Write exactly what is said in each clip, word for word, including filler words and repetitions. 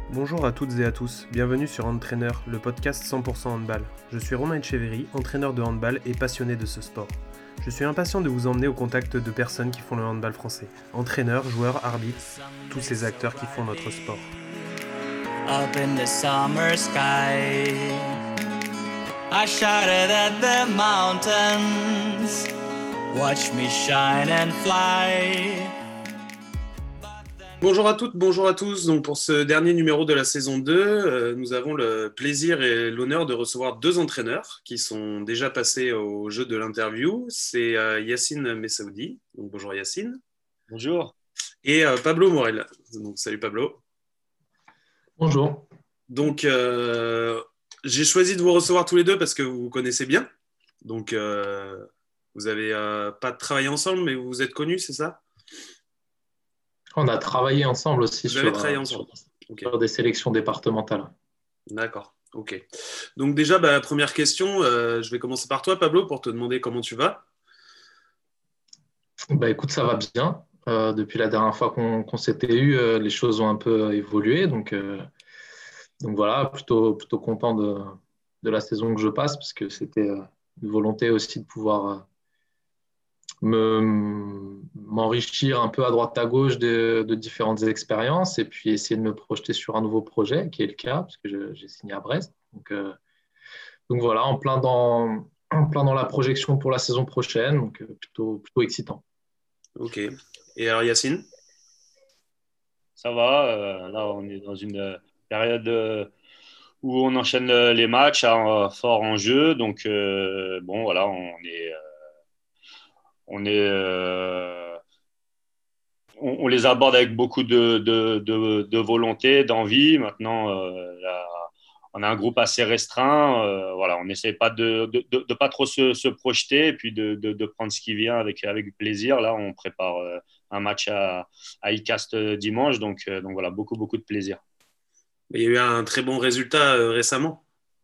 Bonjour à toutes et à tous, bienvenue sur Entraîneur, le podcast cent pour cent handball. Je suis Romain Etcheverry, entraîneur de handball et passionné de ce sport. Je suis impatient de vous emmener au contact de personnes qui font le handball français. Entraîneurs, joueurs, arbitres, tous ces acteurs qui font notre sport. Up in the summer sky, I shouted at the mountains, watch me shine and fly. Bonjour à toutes, bonjour à tous. Donc pour ce dernier numéro de la saison deux, euh, nous avons le plaisir et l'honneur de recevoir deux entraîneurs qui sont déjà passés au jeu de l'interview. C'est euh, Yacine Messaoudi. Donc bonjour Yacine. Bonjour. Et euh, Pablo Morel. Donc salut Pablo. Bonjour. Donc euh, j'ai choisi de vous recevoir tous les deux parce que vous vous connaissez bien. Donc euh, vous n'avez euh, pas travaillé ensemble, mais vous vous êtes connus, c'est ça ? On a travaillé ensemble aussi Vous sur, avez travaillé ensemble. sur, Okay. sur des sélections départementales. D'accord, ok. Donc déjà, bah, première question, euh, je vais commencer par toi Pablo pour te demander comment tu vas. Bah, écoute, ça va bien. Euh, depuis la dernière fois qu'on, qu'on s'était eu, euh, les choses ont un peu évolué. Donc, euh, donc voilà, plutôt, plutôt content de, de la saison que je passe parce que c'était euh, une volonté aussi de pouvoir euh, me, m'enrichir un peu à droite à gauche de, de différentes expériences et puis essayer de me projeter sur un nouveau projet, qui est le cas, parce que je, j'ai signé à Brest. Donc, euh, donc voilà, en plein, dans, en plein dans la projection pour la saison prochaine, donc euh, plutôt, plutôt excitant. Ok. Et alors Yacine ? Ça va. Euh, là, on est dans une période euh, où on enchaîne euh, les matchs à fort enjeu. Donc, euh, bon, voilà, on est, euh, on est, euh, on, on les aborde avec beaucoup de, de, de, de volonté, d'envie. Maintenant, euh, là, on a un groupe assez restreint. Euh, voilà, on n'essaie pas de, de, de, de pas trop se, se projeter et puis de, de, de prendre ce qui vient avec, avec plaisir. Là, on prépare euh, un match à, à ICAST dimanche. Donc, euh, donc voilà, beaucoup, beaucoup de plaisir. Il y a eu un très bon résultat euh, récemment.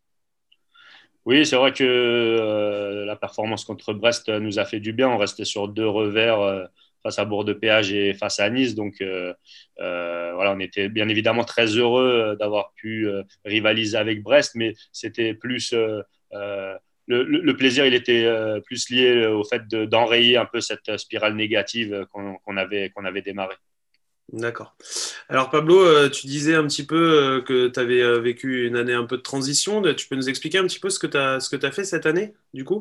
Oui, c'est vrai que euh, la performance contre Brest nous a fait du bien. On restait sur deux revers euh, face à Bourg-de-Péage et face à Nice. Donc, euh, euh, voilà, on était bien évidemment très heureux d'avoir pu euh, rivaliser avec Brest, mais c'était plus euh, euh, le, le, plaisir, il était euh, plus lié au fait de, d'enrayer un peu cette spirale négative qu'on, qu'on avait, qu'on avait démarrée. D'accord. Alors Pablo, euh, tu disais un petit peu euh, que tu avais euh, vécu une année un peu de transition. Tu peux nous expliquer un petit peu ce que tu as ce que tu as fait cette année, du coup ?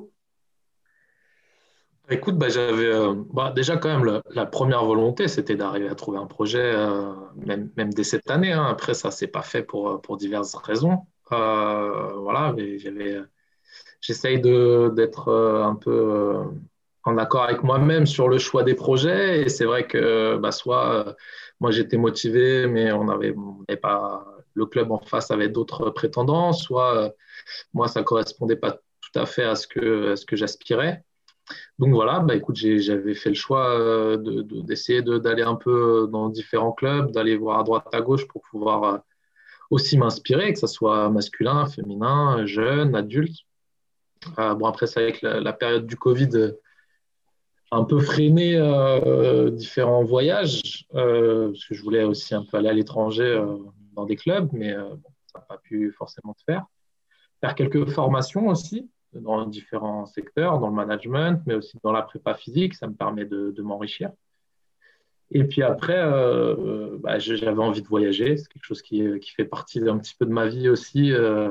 Écoute, bah, j'avais euh, bah, déjà quand même le, la première volonté, c'était d'arriver à trouver un projet, euh, même, même dès cette année. Hein. Après, ça s'est pas fait pour, pour diverses raisons. Euh, voilà, mais j'avais, j'essaye de, d'être euh, un peu euh, en accord avec moi-même sur le choix des projets. Et c'est vrai que bah, soit euh, moi j'étais motivé, mais on avait, on avait pas, le club en face avait d'autres prétendants, soit euh, moi ça correspondait pas tout à fait à ce que, à ce que j'aspirais. Donc voilà, bah écoute, j'ai, j'avais fait le choix euh, de, de, d'essayer de, d'aller un peu dans différents clubs, d'aller voir à droite à gauche pour pouvoir euh, aussi m'inspirer, que ce soit masculin, féminin, jeune, adulte. Euh, bon, après, c'est avec la, la période du Covid euh, un peu freiné euh, différents voyages, euh, parce que je voulais aussi un peu aller à l'étranger euh, dans des clubs, mais euh, bon, ça n'a pas pu forcément se faire. Faire quelques formations aussi dans différents secteurs, dans le management, mais aussi dans la prépa physique, ça me permet de, de m'enrichir. Et puis après, euh, bah, j'avais envie de voyager, c'est quelque chose qui, qui fait partie un petit peu de ma vie aussi. Euh,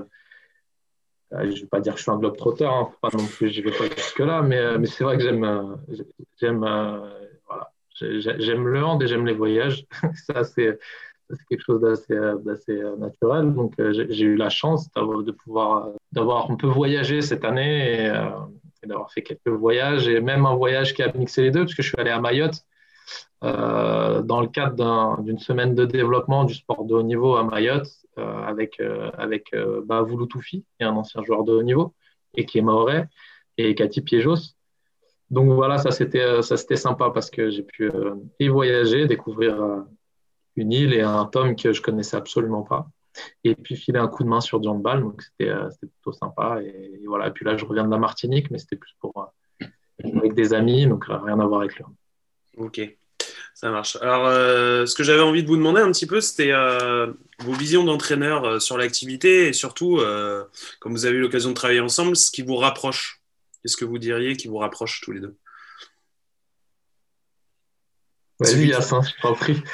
je ne vais pas dire que je suis un globe-trotter, hein, faut pas non plus, je ne vais pas jusque-là, mais, mais c'est vrai que j'aime, euh, j'aime, euh, voilà, j'aime le hand et j'aime les voyages. Ça, c'est, c'est quelque chose d'assez, d'assez naturel. Donc, euh, j'ai, j'ai eu la chance d'avoir, de pouvoir d'avoir un peu voyagé cette année et, euh, et d'avoir fait quelques voyages et même un voyage qui a mixé les deux, parce que je suis allé à Mayotte euh, dans le cadre d'un, d'une semaine de développement du sport de haut niveau à Mayotte euh, avec, euh, avec euh, Bavouloù Toufi, qui est un ancien joueur de haut niveau et qui est mahorais, et Cathy Piejos. Donc voilà, ça c'était, ça c'était sympa parce que j'ai pu euh, y voyager, découvrir euh, une île et un tome que je connaissais absolument pas. Et puis filer un coup de main sur du handball, donc c'était, euh, c'était plutôt sympa. Et, et voilà, et puis là je reviens de la Martinique, mais c'était plus pour euh, avec des amis, donc rien à voir avec le. Ok. Ça marche. Alors, euh, ce que j'avais envie de vous demander un petit peu, c'était euh, vos visions d'entraîneur euh, sur l'activité et surtout, euh, comme vous avez eu l'occasion de travailler ensemble, ce qui vous rapproche. Qu'est-ce que vous diriez qui vous rapproche tous les deux? Vas-y, Celui qui... Yassin, je t'en prie.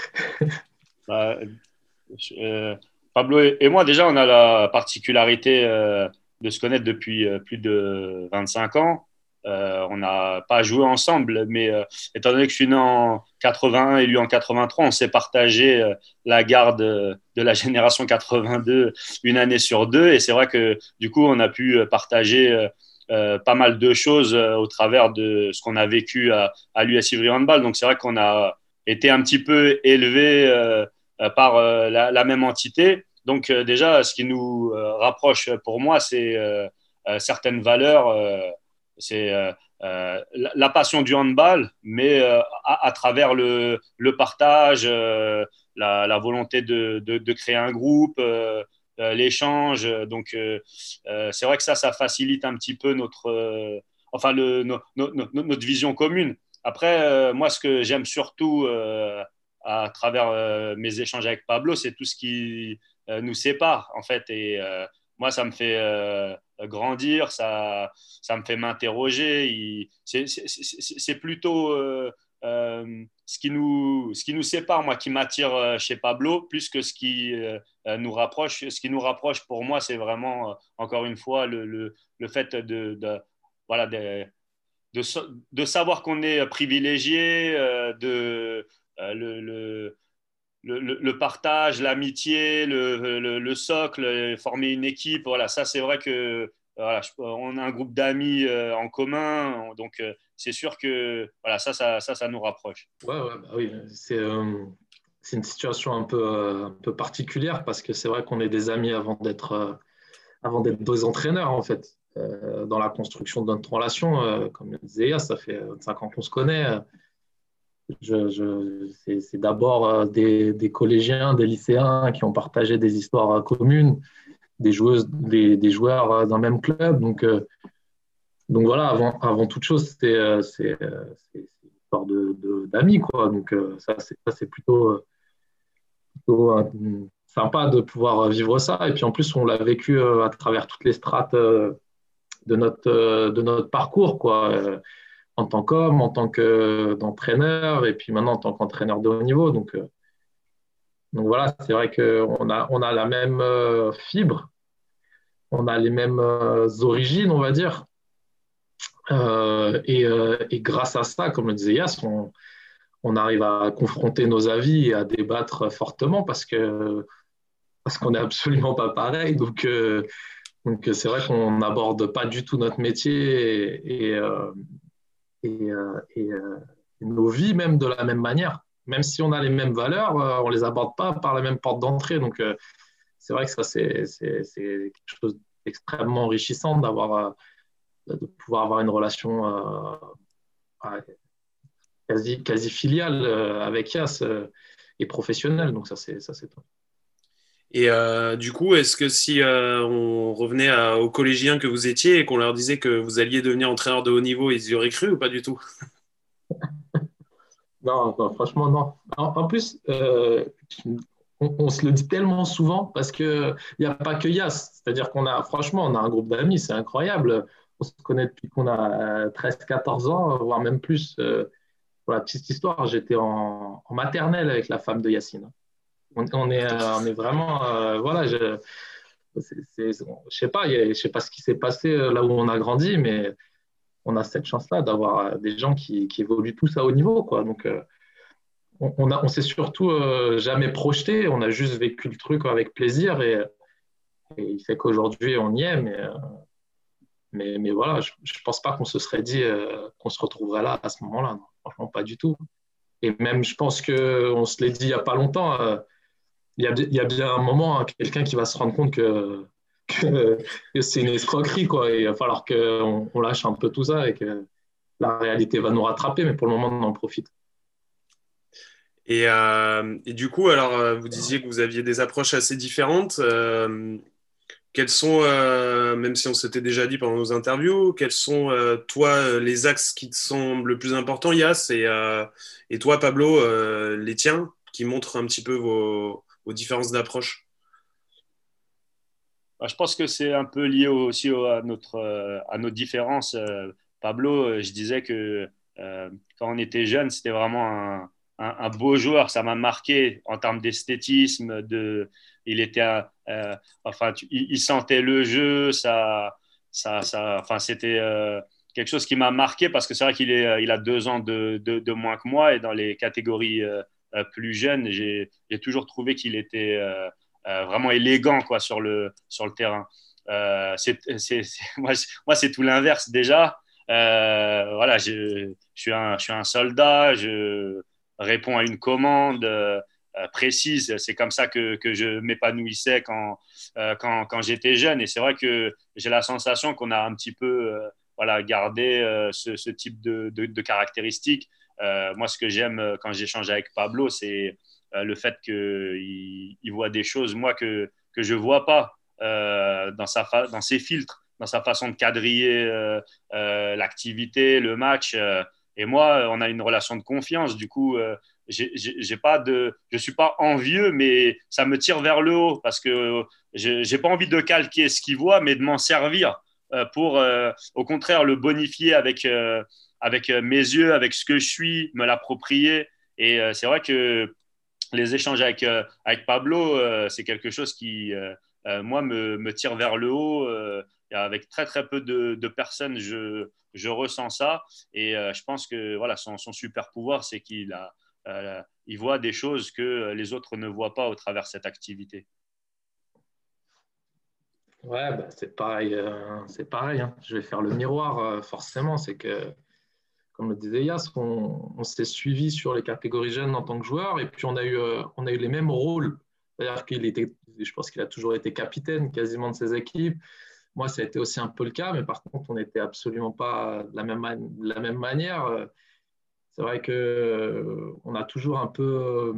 Bah, euh, Pablo et et moi, déjà, on a la particularité euh, de se connaître depuis euh, plus de vingt-cinq ans. Euh, on n'a pas joué ensemble, mais euh, étant donné que je suis né en quatre-vingt-un et lui en quatre-vingt-trois, on s'est partagé euh, la garde euh, de la génération quatre-vingt-deux une année sur deux. Et c'est vrai que du coup, on a pu partager euh, euh, pas mal de choses euh, au travers de ce qu'on a vécu à, à l'U S Ivry Handball. Donc c'est vrai qu'on a été un petit peu élevé euh, par euh, la, la même entité. Donc euh, déjà, ce qui nous euh, rapproche pour moi, c'est euh, euh, certaines valeurs. Euh, c'est euh, euh, la, la passion du handball, mais euh, à, à travers le, le partage, euh, la, la volonté de, de, de créer un groupe, euh, euh, l'échange. Donc, euh, euh, c'est vrai que ça, ça facilite un petit peu notre, euh, enfin, le, no, no, no, notre vision commune. Après, euh, moi, ce que j'aime surtout euh, à travers euh, mes échanges avec Pablo, c'est tout ce qui euh, nous sépare, en fait. Et euh, moi, ça me fait euh, grandir, ça, ça me fait m'interroger. Il, c'est, c'est, c'est, c'est plutôt euh, euh, ce, qui nous, ce qui nous sépare, moi, qui m'attire euh, chez Pablo, plus que ce qui euh, nous rapproche. Ce qui nous rapproche, pour moi, c'est vraiment, euh, encore une fois, le, le, le fait de, de, voilà, de, de, de savoir qu'on est privilégié, euh, de, euh, le, le le, le, le partage, l'amitié, le, le, le socle, former une équipe. Voilà, ça, c'est vrai que voilà, je, on a un groupe d'amis euh, en commun. Donc, euh, c'est sûr que voilà, ça, ça, ça, ça nous rapproche. Ouais, ouais, bah oui, c'est euh, c'est une situation un peu, euh, un peu particulière parce que c'est vrai qu'on est des amis avant d'être euh, avant d'être deux entraîneurs, en fait. Euh, dans la construction de notre relation, euh, comme le disait Yas, ça fait vingt-cinq ans qu'on se connaît. Je, je, c'est, c'est d'abord euh, des, des collégiens, des lycéens qui ont partagé des histoires euh, communes, des joueuses, des, des joueurs euh, d'un même club. Donc, euh, donc voilà, avant, avant toute chose, c'est, euh, c'est, euh, c'est, c'est une histoire de, de, d'amis, quoi. Donc euh, ça, c'est, ça, c'est plutôt, euh, plutôt euh, sympa de pouvoir vivre ça. Et puis en plus, on l'a vécu euh, à travers toutes les strates euh, de notre, euh, de notre parcours, quoi. Euh, en tant qu'homme, en tant qu'entraîneur, et puis maintenant en tant qu'entraîneur de haut niveau. Donc, euh, donc voilà, c'est vrai qu'on a, on a la même euh, fibre, on a les mêmes euh, origines, on va dire. Euh, et, euh, et grâce à ça, comme le disait Yass, on, on arrive à confronter nos avis et à débattre fortement parce que parce qu'on n'est absolument pas pareil. Donc, euh, donc c'est vrai qu'on n'aborde pas du tout notre métier et, et, euh, et, euh, et, euh, et nos vies même de la même manière. Même si on a les mêmes valeurs, euh, on ne les aborde pas par la même porte d'entrée. Donc, euh, c'est vrai que ça, c'est, c'est, c'est quelque chose d'extrêmement enrichissant d'avoir, euh, de pouvoir avoir une relation euh, quasi, quasi filiale euh, avec Yass euh, et professionnelle. Donc, ça, c'est, ça, c'est top. Et euh, du coup, est-ce que si euh, on revenait à, aux collégiens que vous étiez et qu'on leur disait que vous alliez devenir entraîneur de haut niveau, ils y auraient cru ou pas du tout? Non, non, franchement, non. En, en plus, euh, on, on se le dit tellement souvent parce qu'il n'y a pas que Yass. C'est-à-dire qu'on a, franchement, on a un groupe d'amis, c'est incroyable. On se connaît depuis qu'on a treize quatorze ans, voire même plus. Euh, pour la petite histoire, j'étais en, en maternelle avec la femme de Yacine. On, on est, euh, on est vraiment, euh, voilà, je, c'est, c'est, je sais pas, je sais pas ce qui s'est passé là où on a grandi, mais on a cette chance-là d'avoir des gens qui, qui évoluent tous à haut niveau, quoi. Donc, euh, on, on, a, on s'est surtout euh, jamais projeté, on a juste vécu le truc avec plaisir et, et il fait qu'aujourd'hui on y est, mais, euh, mais, mais voilà, je ne pense pas qu'on se serait dit euh, qu'on se retrouverait là à ce moment-là. Non, franchement, pas du tout. Et même, je pense qu'on se l'est dit il n'y a pas longtemps. Euh, il, y a, il y a bien un moment, hein, quelqu'un qui va se rendre compte que, que, que c'est une escroquerie, quoi. Et il va falloir qu'on on lâche un peu tout ça et que la réalité va nous rattraper, mais pour le moment, on en profite. Et, euh, et du coup, alors, vous disiez que vous aviez des approches assez différentes. Euh, quels sont, euh, même si on s'était déjà dit pendant nos interviews, quels sont, euh, toi, les axes qui te semblent le plus importants, Yas, et, euh, et toi, Pablo, euh, les tiens, qui montrent un petit peu vos, vos différences d'approche? Bah, je pense que c'est un peu lié aussi au- à, notre, euh, à nos différences. Euh, Pablo, euh, je disais que euh, quand on était jeune, c'était vraiment un, un- un beau joueur. Ça m'a marqué en termes d'esthétisme. De, il était, un- euh, enfin, tu- il, il sentait le jeu. Ça, ça, ça, enfin, c'était euh, quelque chose qui m'a marqué parce que c'est vrai qu'il est, euh, il a deux ans de, de, de moins que moi et dans les catégories euh, euh, plus jeunes, j'ai, j'ai toujours trouvé qu'il était euh, euh, vraiment élégant quoi, sur le, sur le terrain. Euh, c'est, c'est, c'est, moi, moi, c'est tout l'inverse déjà. Euh, voilà, je, je, suis un, je suis un soldat, je réponds à une commande euh, précise. C'est comme ça que, que je m'épanouissais quand, euh, quand, quand j'étais jeune. Et c'est vrai que j'ai la sensation qu'on a un petit peu euh, voilà, gardé euh, ce, ce type de, de, de caractéristiques. Euh, moi, ce que j'aime euh, quand j'échange avec Pablo, c'est euh, le fait qu'il il voit des choses, moi, que, que je ne vois pas euh, dans, sa fa- dans ses filtres, dans sa façon de quadriller euh, euh, l'activité, le match. Euh, et moi, on a une relation de confiance. Du coup, euh, j'ai, j'ai, j'ai pas de, je ne suis pas envieux, mais ça me tire vers le haut parce que je n'ai pas envie de calquer ce qu'il voit, mais de m'en servir euh, pour, euh, au contraire, le bonifier avec, euh, avec mes yeux, avec ce que je suis, me l'approprier. Et euh, c'est vrai que les échanges avec, euh, avec Pablo, euh, c'est quelque chose qui, euh, euh, moi, me, me tire vers le haut. Euh, avec très, très peu de, de personnes, je, je ressens ça. Et euh, je pense que voilà, son, son super pouvoir, c'est qu'il a, euh, il voit des choses que les autres ne voient pas au travers de cette activité. Ouais, bah, c'est pareil. euh, c'est pareil hein. Je vais faire le miroir, euh, forcément. C'est que, comme le disait Yas, on, on s'est suivi sur les catégories jeunes en tant que joueur, et puis on a eu, euh, on a eu les mêmes rôles. C'est-à-dire qu'il était, je pense qu'il a toujours été capitaine quasiment de ses équipes. Moi, ça a été aussi un peu le cas, mais par contre, on n'était absolument pas de la même, man- de la même manière. C'est vrai que euh, on a toujours un peu, euh,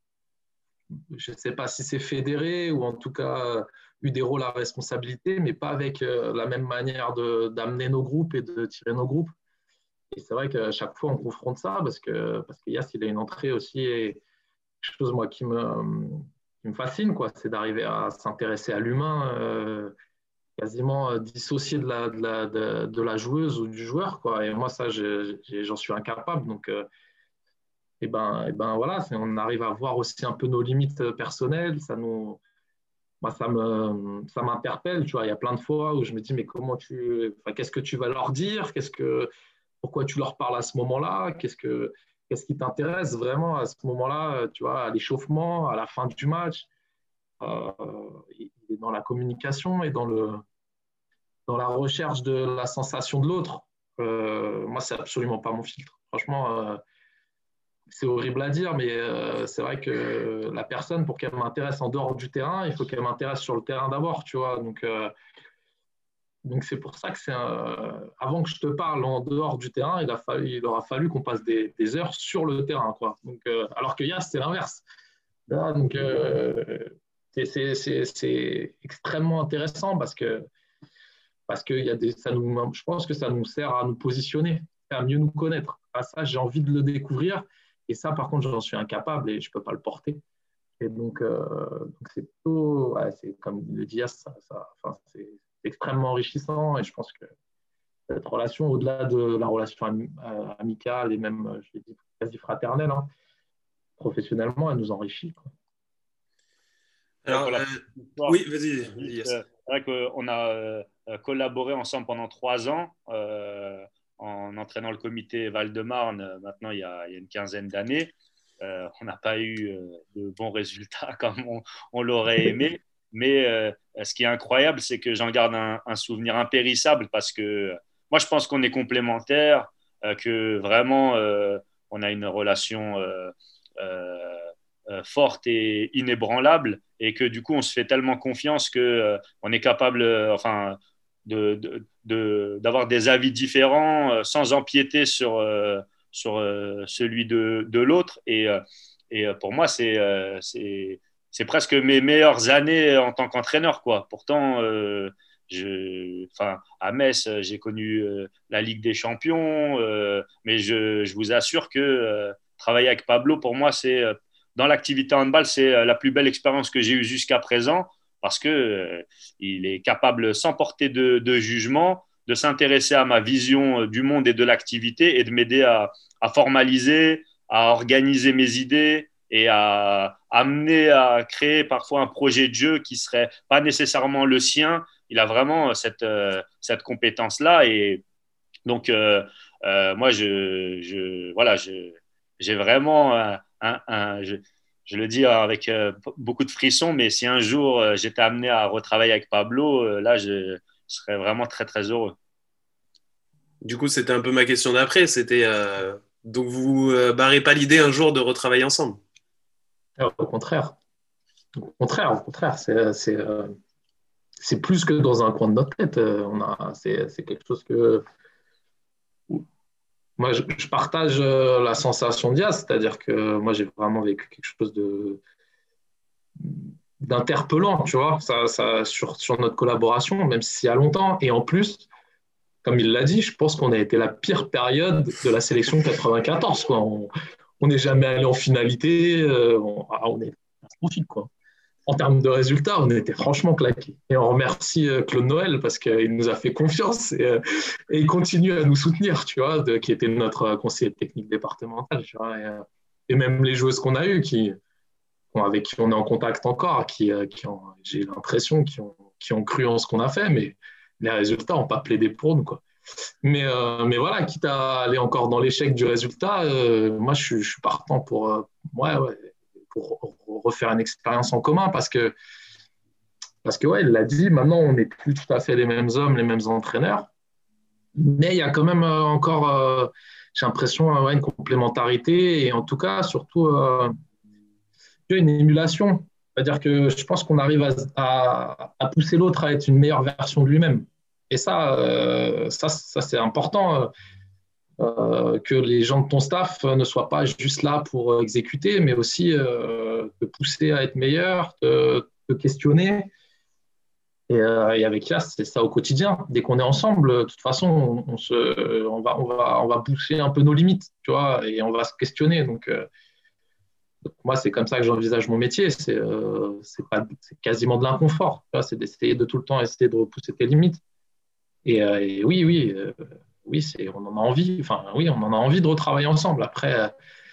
je ne sais pas si c'est fédéré ou en tout cas euh, eu des rôles à responsabilité, mais pas avec euh, la même manière de, d'amener nos groupes et de tirer nos groupes. Et c'est vrai qu'à chaque fois, on confronte ça parce que, parce que Yass, il a une entrée aussi, et quelque chose moi, qui, me, qui me fascine, quoi, c'est d'arriver à s'intéresser à l'humain, euh, quasiment euh, dissocié de la, de, la, de, de la joueuse ou du joueur. Quoi. Et moi, ça, j'ai, j'ai, j'en suis incapable. Donc, euh, et ben, et ben voilà, on arrive à voir aussi un peu nos limites personnelles. Ça nous, moi, ça me, ça m'interpelle. Tu vois, il y a plein de fois où je me dis, mais comment tu, enfin, qu'est-ce que tu vas leur dire? Qu'est-ce que, pourquoi tu leur parles à ce moment-là? Qu'est-ce que, qu'est-ce qui t'intéresse vraiment à ce moment-là? Tu vois, à l'échauffement, à la fin du match. Euh, il est dans la communication et dans le, dans la recherche de la sensation de l'autre. Euh, moi, c'est absolument pas mon filtre. Franchement. Euh, c'est horrible à dire, mais euh, c'est vrai que la personne, pour qu'elle m'intéresse en dehors du terrain, il faut qu'elle m'intéresse sur le terrain d'abord, tu vois. Donc, euh, donc c'est pour ça que c'est un... avant que je te parle en dehors du terrain, il, a fallu, il aura fallu qu'on passe des, des heures sur le terrain, quoi. Donc, euh, alors que Yas, c'est l'inverse. Là, donc, euh, c'est, c'est, c'est, c'est extrêmement intéressant parce que, parce que y a des, ça nous, je pense que ça nous sert à nous positionner, à mieux nous connaître. À ça, j'ai envie de le découvrir. Et ça, par contre, j'en suis incapable et je ne peux pas le porter. Et donc, euh, donc c'est plutôt, ouais, c'est, comme le dit Yass, ça, ça, enfin, c'est extrêmement enrichissant. Et je pense que cette relation, au-delà de la relation am- euh, amicale et même, je l'ai dit, quasi fraternelle, hein, professionnellement, elle nous enrichit, quoi. Ouais, Alors, pour la euh, petite histoire, oui, vas-y, vas-y, juste, Yas. euh, c'est vrai qu'on a euh, collaboré ensemble pendant trois ans euh, en entraînant le comité Val-de-Marne, euh, maintenant il y a, il y a une quinzaine d'années. Euh, on n'a pas eu euh, de bons résultats comme on, on l'aurait aimé. Mais euh, ce qui est incroyable, c'est que j'en garde un, un souvenir impérissable parce que euh, moi, je pense qu'on est complémentaires, euh, que vraiment, euh, on a une relation euh, euh, euh, forte et inébranlable et que du coup, on se fait tellement confiance que euh, on est capable, euh, enfin, de, de, de, d'avoir des avis différents euh, sans empiéter sur, euh, sur euh, celui de, de l'autre. Et, euh, et pour moi, c'est, euh, c'est, c'est presque mes meilleures années en tant qu'entraîneur, quoi. Pourtant, euh, je, enfin, à Metz, j'ai connu euh, la Ligue des Champions, euh, mais je, je vous assure que euh, travailler avec Pablo, pour moi, c'est euh, dans l'activité handball, c'est euh, la plus belle expérience que j'ai eue jusqu'à présent parce que euh, il est capable, sans porter de, de jugement, de s'intéresser à ma vision du monde et de l'activité et de m'aider à, à formaliser, à organiser mes idées et à amener à créer parfois un projet de jeu qui serait pas nécessairement le sien. Il a vraiment cette, euh, cette compétence-là. Et donc, euh, euh, moi, je, je, voilà, je, j'ai vraiment un, un, un je, je le dis avec euh, beaucoup de frissons, mais si un jour euh, j'étais amené à retravailler avec Pablo, euh, là, je, je serais vraiment très, très heureux. Du coup, c'était un peu ma question d'après. C'était euh, donc vous euh, barrez pas l'idée un jour de retravailler ensemble? Alors, au contraire, au contraire, au contraire, c'est, c'est, euh, c'est plus que dans un coin de notre tête. Euh, On a, c'est, c'est quelque chose que moi je, je partage euh, la sensation d'Ias, c'est-à-dire que moi j'ai vraiment vécu quelque chose de d'interpellant, tu vois, ça, ça, sur, sur notre collaboration, même s'il y a longtemps. Et en plus, comme il l'a dit, je pense qu'on a été la pire période de la sélection quatre-vingt-quatorze, quoi. On n'est jamais allé en finalité, euh, on, on est catastrophique, quoi. En termes de résultats, on était franchement claqués. Et on remercie euh, Claude Noël parce qu'il nous a fait confiance et, euh, et il continue à nous soutenir, tu vois, de, qui était notre conseiller technique départemental, tu vois, et, euh, et même les joueuses qu'on a eues, qui, avec qui on est en contact encore, qui, euh, qui ont, j'ai l'impression, qui ont, qui ont cru en ce qu'on a fait, mais les résultats n'ont pas plaidé pour nous, quoi. Mais, euh, mais voilà, quitte à aller encore dans l'échec du résultat, euh, moi, je suis, je suis partant pour, euh, ouais, ouais, pour refaire une expérience en commun parce que, parce que ouais, il l'a dit, maintenant, on n'est plus tout à fait les mêmes hommes, les mêmes entraîneurs. Mais il y a quand même euh, encore, euh, j'ai l'impression, euh, ouais, une complémentarité et en tout cas, surtout, euh, une émulation. C'est-à-dire que je pense qu'on arrive à, à, à pousser l'autre à être une meilleure version de lui-même. Et ça, euh, ça, ça c'est important, euh, que les gens de ton staff ne soient pas juste là pour exécuter, mais aussi euh, te pousser à être meilleur, te, te questionner. Et, euh, et avec Yas, c'est ça au quotidien. Dès qu'on est ensemble, de toute façon, on, on, se, on, va, on, va, on va pousser un peu nos limites, tu vois, et on va se questionner. Donc, euh, donc moi, c'est comme ça que j'envisage mon métier. C'est, euh, c'est, pas, c'est quasiment de l'inconfort. Tu vois, c'est d'essayer de tout le temps essayer de repousser tes limites. Et, euh, et oui, oui, euh, oui, c'est, on en a envie. Enfin, oui, on en a envie de retravailler ensemble. Après, euh,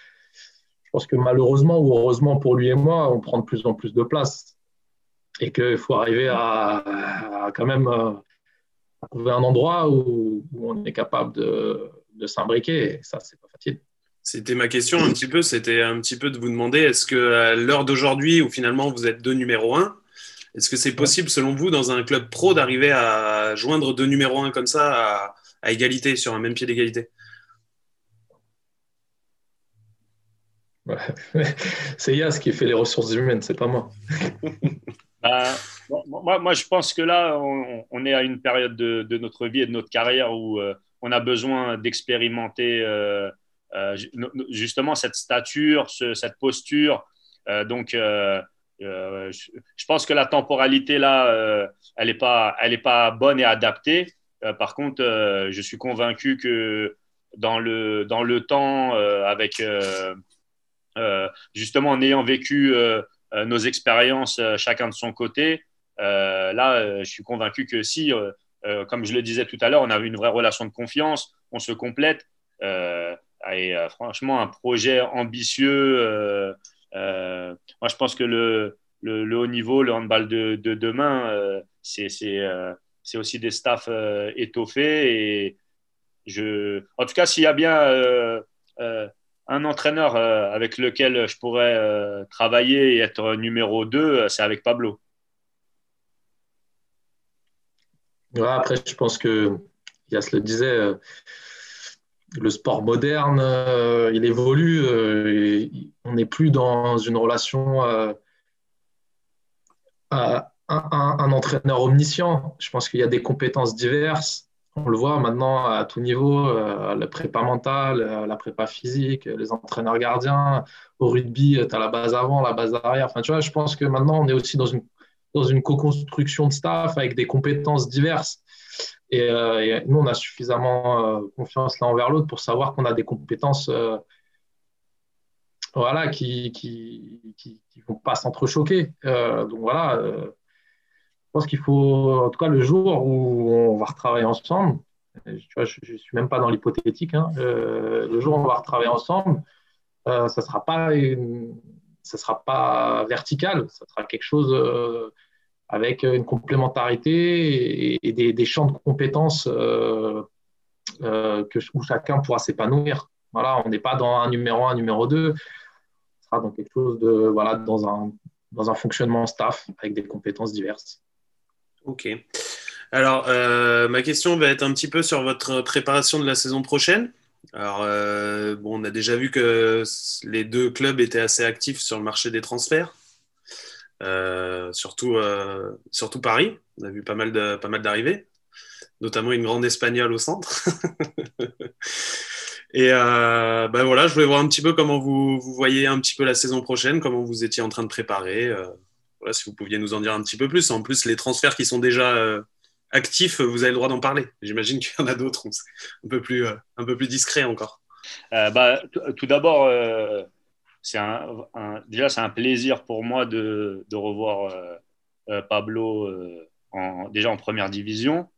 je pense que malheureusement ou heureusement pour lui et moi, on prend de plus en plus de place et qu'il faut arriver à, à quand même euh, à trouver un endroit où, où on est capable de, de s'imbriquer. Et ça, c'est pas facile. C'était ma question un petit peu. C'était un petit peu de vous demander, est-ce qu'à l'heure d'aujourd'hui où finalement vous êtes deux numéro un, est-ce que c'est possible, selon vous, dans un club pro, d'arriver à joindre deux numéros un comme ça à, à égalité, sur un même pied d'égalité? Ouais. C'est Yas qui fait les ressources humaines, c'est pas moi. Ben, moi, moi, je pense que là, on, on est à une période de, de notre vie et de notre carrière où euh, on a besoin d'expérimenter euh, euh, justement cette stature, ce, cette posture. Euh, donc, euh, Euh, je, je pense que la temporalité là, euh, elle n'est pas, elle est pas bonne et adaptée. Euh, par contre, euh, je suis convaincu que dans le, dans le temps, euh, avec euh, euh, justement en ayant vécu euh, euh, nos expériences euh, chacun de son côté, euh, là, euh, je suis convaincu que si, euh, euh, comme je le disais tout à l'heure, on a une vraie relation de confiance, on se complète. Euh, et euh, franchement, un projet ambitieux. Euh, Euh, moi, je pense que le, le, le haut niveau, le handball de, de demain, euh, c'est, c'est, euh, c'est aussi des staffs euh, étoffés. Et je... En tout cas, s'il y a bien euh, euh, un entraîneur euh, avec lequel je pourrais euh, travailler et être numéro deux, c'est avec Pablo. Ouais, après, je pense que Yas le disait, euh, le sport moderne, euh, il évolue. Euh, on n'est plus dans une relation euh, à un, un, un entraîneur omniscient. Je pense qu'il y a des compétences diverses on le voit maintenant à tout niveau, euh, la prépa mentale, euh, la prépa physique, les entraîneurs gardiens. Au rugby, tu as la base avant, la base arrière. Enfin, tu vois, je pense que maintenant, on est aussi dans une, dans une co-construction de staff avec des compétences diverses. Et, euh, et nous, on a suffisamment euh, confiance l'un envers l'autre pour savoir qu'on a des compétences euh, voilà, qui qui, qui, qui vont pas s'entrechoquer. Euh, donc voilà, euh, je pense qu'il faut, en tout cas, le jour où on va retravailler ensemble, euh, tu vois, je ne suis même pas dans l'hypothétique, hein, euh, le jour où on va retravailler ensemble, euh, ça ne sera pas une- ça sera pas vertical, ça sera quelque chose euh, avec une complémentarité et, et des, des champs de compétences euh, euh, que, où chacun pourra s'épanouir. Voilà, on n'est pas dans un numéro un, un numéro deux, on sera dans quelque chose de, voilà, dans un, dans un fonctionnement staff avec des compétences diverses. Ok. Alors, euh, ma question va être un petit peu sur votre préparation de la saison prochaine. Alors, euh, bon, on a déjà vu que les deux clubs étaient assez actifs sur le marché des transferts, euh, surtout, euh, surtout Paris. On a vu pas mal de, pas mal d'arrivées, notamment une grande Espagnole au centre. Et euh, ben voilà, je voulais voir un petit peu comment vous, vous voyez un petit peu la saison prochaine, comment vous étiez en train de préparer. Euh, voilà, si vous pouviez nous en dire un petit peu plus. En plus, les transferts qui sont déjà euh, actifs, vous avez le droit d'en parler. J'imagine qu'il y en a d'autres, un peu plus, euh, un peu plus discrets encore. Euh, bah, t- tout d'abord, euh, c'est un, un- déjà, c'est un plaisir pour moi de, de revoir euh, euh, Pablo euh, en, déjà en première division.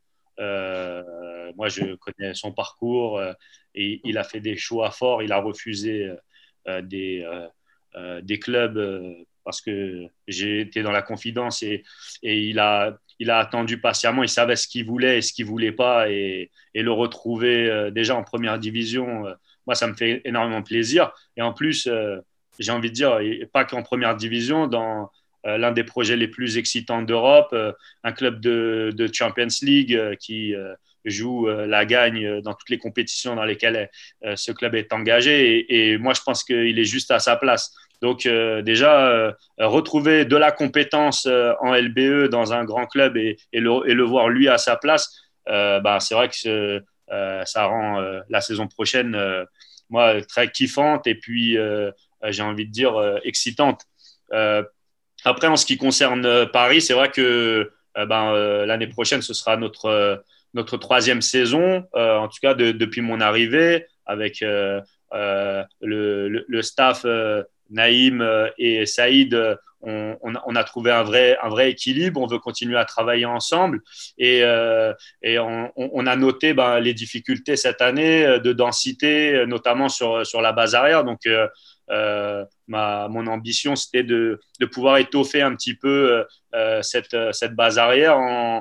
Euh, moi, je connais son parcours euh, et il a fait des choix forts. Il a refusé euh, des, euh, euh, des clubs euh, parce que j'ai été dans la confidence et, et il a, il a attendu patiemment. Il savait ce qu'il voulait et ce qu'il ne voulait pas et, et le retrouver euh, déjà en première division. Euh, moi, ça me fait énormément plaisir. Et en plus, euh, j'ai envie de dire, et pas qu'en première division, dans euh, l'un des projets les plus excitants d'Europe, euh, un club de, de Champions League euh, qui euh, joue euh, la gagne dans toutes les compétitions dans lesquelles euh, ce club est engagé. Et, et moi, je pense qu'il est juste à sa place. Donc euh, déjà, euh, retrouver de la compétence euh, en L B E dans un grand club et, et, le, et le voir lui à sa place, euh, bah, c'est vrai que ce, euh, ça rend euh, la saison prochaine, euh, moi, très kiffante et puis, euh, j'ai envie de dire, euh, excitante. Euh, Après, en ce qui concerne euh, Paris, c'est vrai que euh, ben, euh, l'année prochaine, ce sera notre, euh, notre troisième saison, euh, en tout cas de, depuis mon arrivée, avec euh, euh, le, le, le staff euh, Naïm euh, et Saïd. Euh, on, on, a, on, a trouvé un vrai, un vrai équilibre, on veut continuer à travailler ensemble et, euh, et on, on, a noté ben, les difficultés cette année euh, de densité, notamment sur, sur la base arrière. Donc, euh, euh, ma, mon ambition, c'était de, de pouvoir étoffer un petit peu euh, cette, cette base arrière en,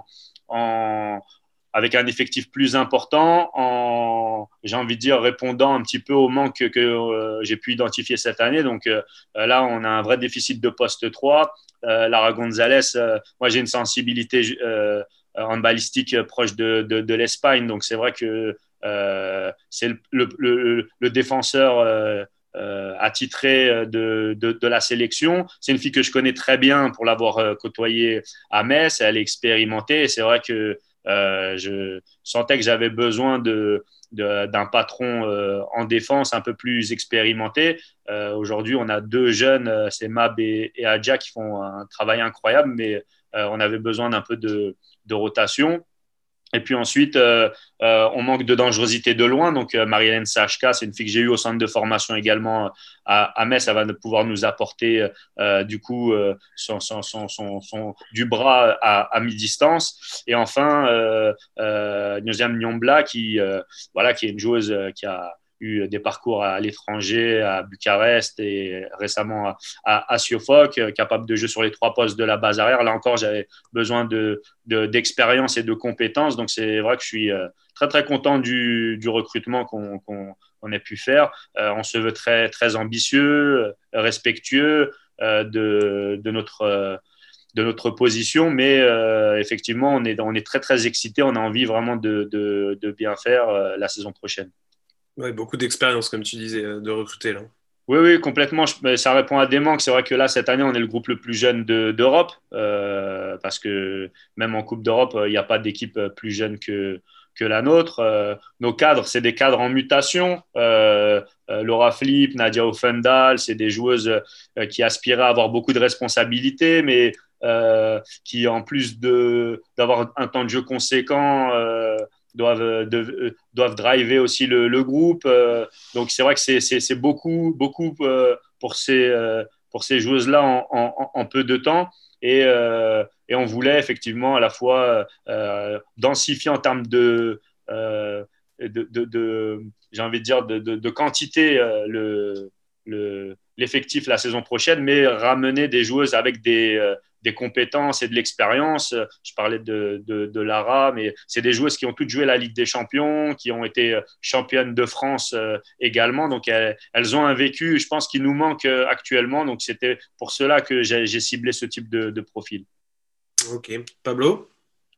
en, avec un effectif plus important, en, j'ai envie de dire, répondant un petit peu au manque que euh, j'ai pu identifier cette année. Donc euh, là, on a un vrai déficit de poste trois. Euh, Lara Gonzalez, euh, moi, j'ai une sensibilité euh, handballistique proche de, de, de l'Espagne. Donc c'est vrai que euh, c'est le, le, le, le défenseur euh, euh, attitré de, de, de la sélection. C'est une fille que je connais très bien pour l'avoir euh, côtoyée à Metz. Elle est expérimentée et c'est vrai que euh, je sentais que j'avais besoin de, de, d'un patron euh, en défense un peu plus expérimenté. Euh, aujourd'hui, on a deux jeunes, euh, c'est Mab et, et Adja, qui font un travail incroyable, mais euh, on avait besoin d'un peu de, de rotation. Et puis ensuite, euh, euh, on manque de dangerosité de loin. Donc, euh, Marie-Hélène Sachka, c'est une fille que j'ai eue au centre de formation également à, à Metz. Elle va pouvoir nous apporter euh, du coup euh, son, son, son, son, son, du bras à, à mi-distance. Et enfin, euh, euh, Nyosiam Nyombla, qui, euh, voilà, qui est une joueuse qui a eu des parcours à l'étranger, à Bucarest et récemment à, à, à Siofok, capable de jouer sur les trois postes de la base arrière. Là encore, j'avais besoin de, de, d'expérience et de compétences. Donc, c'est vrai que je suis très, très content du, du recrutement qu'on, qu'on, qu'on ait pu faire. Euh, on se veut très, très ambitieux, respectueux euh, de, de notre... Euh, de notre position, mais euh, effectivement, on est, on est très, très excité. On a envie vraiment de, de, de bien faire euh, la saison prochaine. Ouais, beaucoup d'expérience, comme tu disais, de recruter là. Oui, oui, complètement. Ça répond à des manques. C'est vrai que là, cette année, on est le groupe le plus jeune de, d'Europe, euh, parce que même en Coupe d'Europe, il n'y a pas d'équipe plus jeune que, que la nôtre. Euh, nos cadres, c'est des cadres en mutation. Euh, euh, Laura Flip, Nadia Offendal, c'est des joueuses euh, qui aspiraient à avoir beaucoup de responsabilités, mais euh, qui, en plus de, d'avoir un temps de jeu conséquent, euh, doivent, de, doivent driver aussi le, le groupe. Euh, donc, c'est vrai que c'est, c'est, c'est beaucoup, beaucoup euh, pour ces, euh, pour ces joueuses-là en, en, en peu de temps. Et, euh, et on voulait effectivement à la fois euh, densifier en termes de, euh, de, de, de j'ai envie de dire, de, de, de quantité euh, le, le, l'effectif la saison prochaine, mais ramener des joueuses avec des, euh, des compétences et de l'expérience. Je parlais de, de, de Lara, mais c'est des joueuses qui ont toutes joué la Ligue des Champions, qui ont été championnes de France euh, également. Donc, elles, elles ont un vécu, je pense, qui nous manque euh, actuellement. Donc, c'était pour cela que j'ai, j'ai ciblé ce type de, de profil. Ok. Pablo ?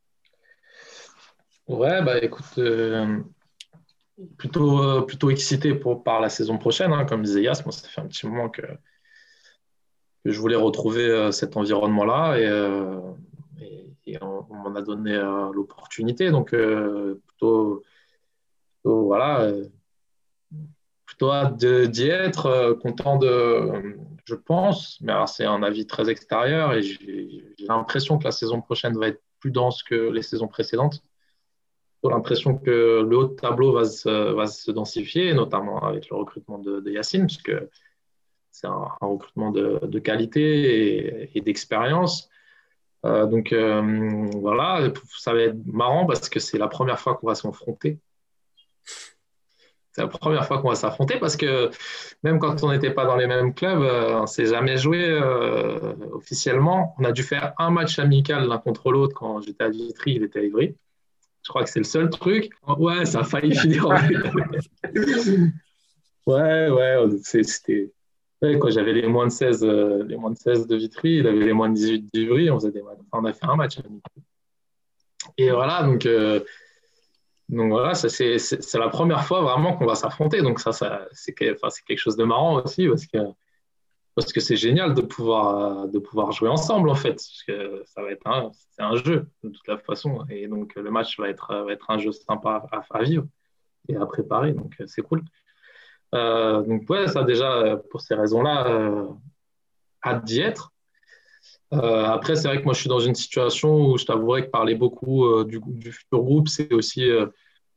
Ouais, bah écoute, euh, plutôt, euh, plutôt excité pour, par la saison prochaine. Hein, comme disait Yas, moi, ça fait un petit moment que, que je voulais retrouver euh, cet environnement-là et, euh, et, et on, on m'en a donné euh, l'opportunité. Donc, euh, plutôt, plutôt, voilà, euh, plutôt hâte de, d'y être, euh, content de, je pense, mais alors c'est un avis très extérieur et j'ai, j'ai l'impression que la saison prochaine va être plus dense que les saisons précédentes. J'ai l'impression que le haut de tableau va se, va se densifier, notamment avec le recrutement de, de Yacine, puisque c'est un, un recrutement de, de qualité et, et d'expérience. Euh, donc euh, voilà, ça va être marrant parce que c'est la première fois qu'on va s'affronter. C'est la première fois qu'on va s'affronter parce que même quand on n'était pas dans les mêmes clubs, euh, on ne s'est jamais joué euh, officiellement. On a dû faire un match amical l'un contre l'autre quand j'étais à Vitry, il était à Ivry. Je crois que c'est le seul truc. Ouais, ça a failli finir. ouais, ouais, c'était. Ouais, quand j'avais les moins de seize, euh, les moins de seize de Vitry, il avait les moins de dix-huit d'Ivry, on faisait des matchs. Enfin, on a fait un match. Et voilà, donc, euh, donc voilà, ça, c'est, c'est, c'est la première fois vraiment qu'on va s'affronter. Donc ça, ça c'est, enfin, c'est quelque chose de marrant aussi parce que parce que c'est génial de pouvoir, de pouvoir jouer ensemble, en fait. Parce que ça va être un, c'est un jeu, de toute la façon. Et donc, le match va être, va être un jeu sympa à, à vivre et à préparer. Donc, c'est cool. Euh, donc, ouais, ça, déjà, pour ces raisons-là, euh, hâte d'y être. Euh, après, c'est vrai que moi, je suis dans une situation où je t'avouerais que parler beaucoup euh, du, du futur groupe, c'est aussi... Euh,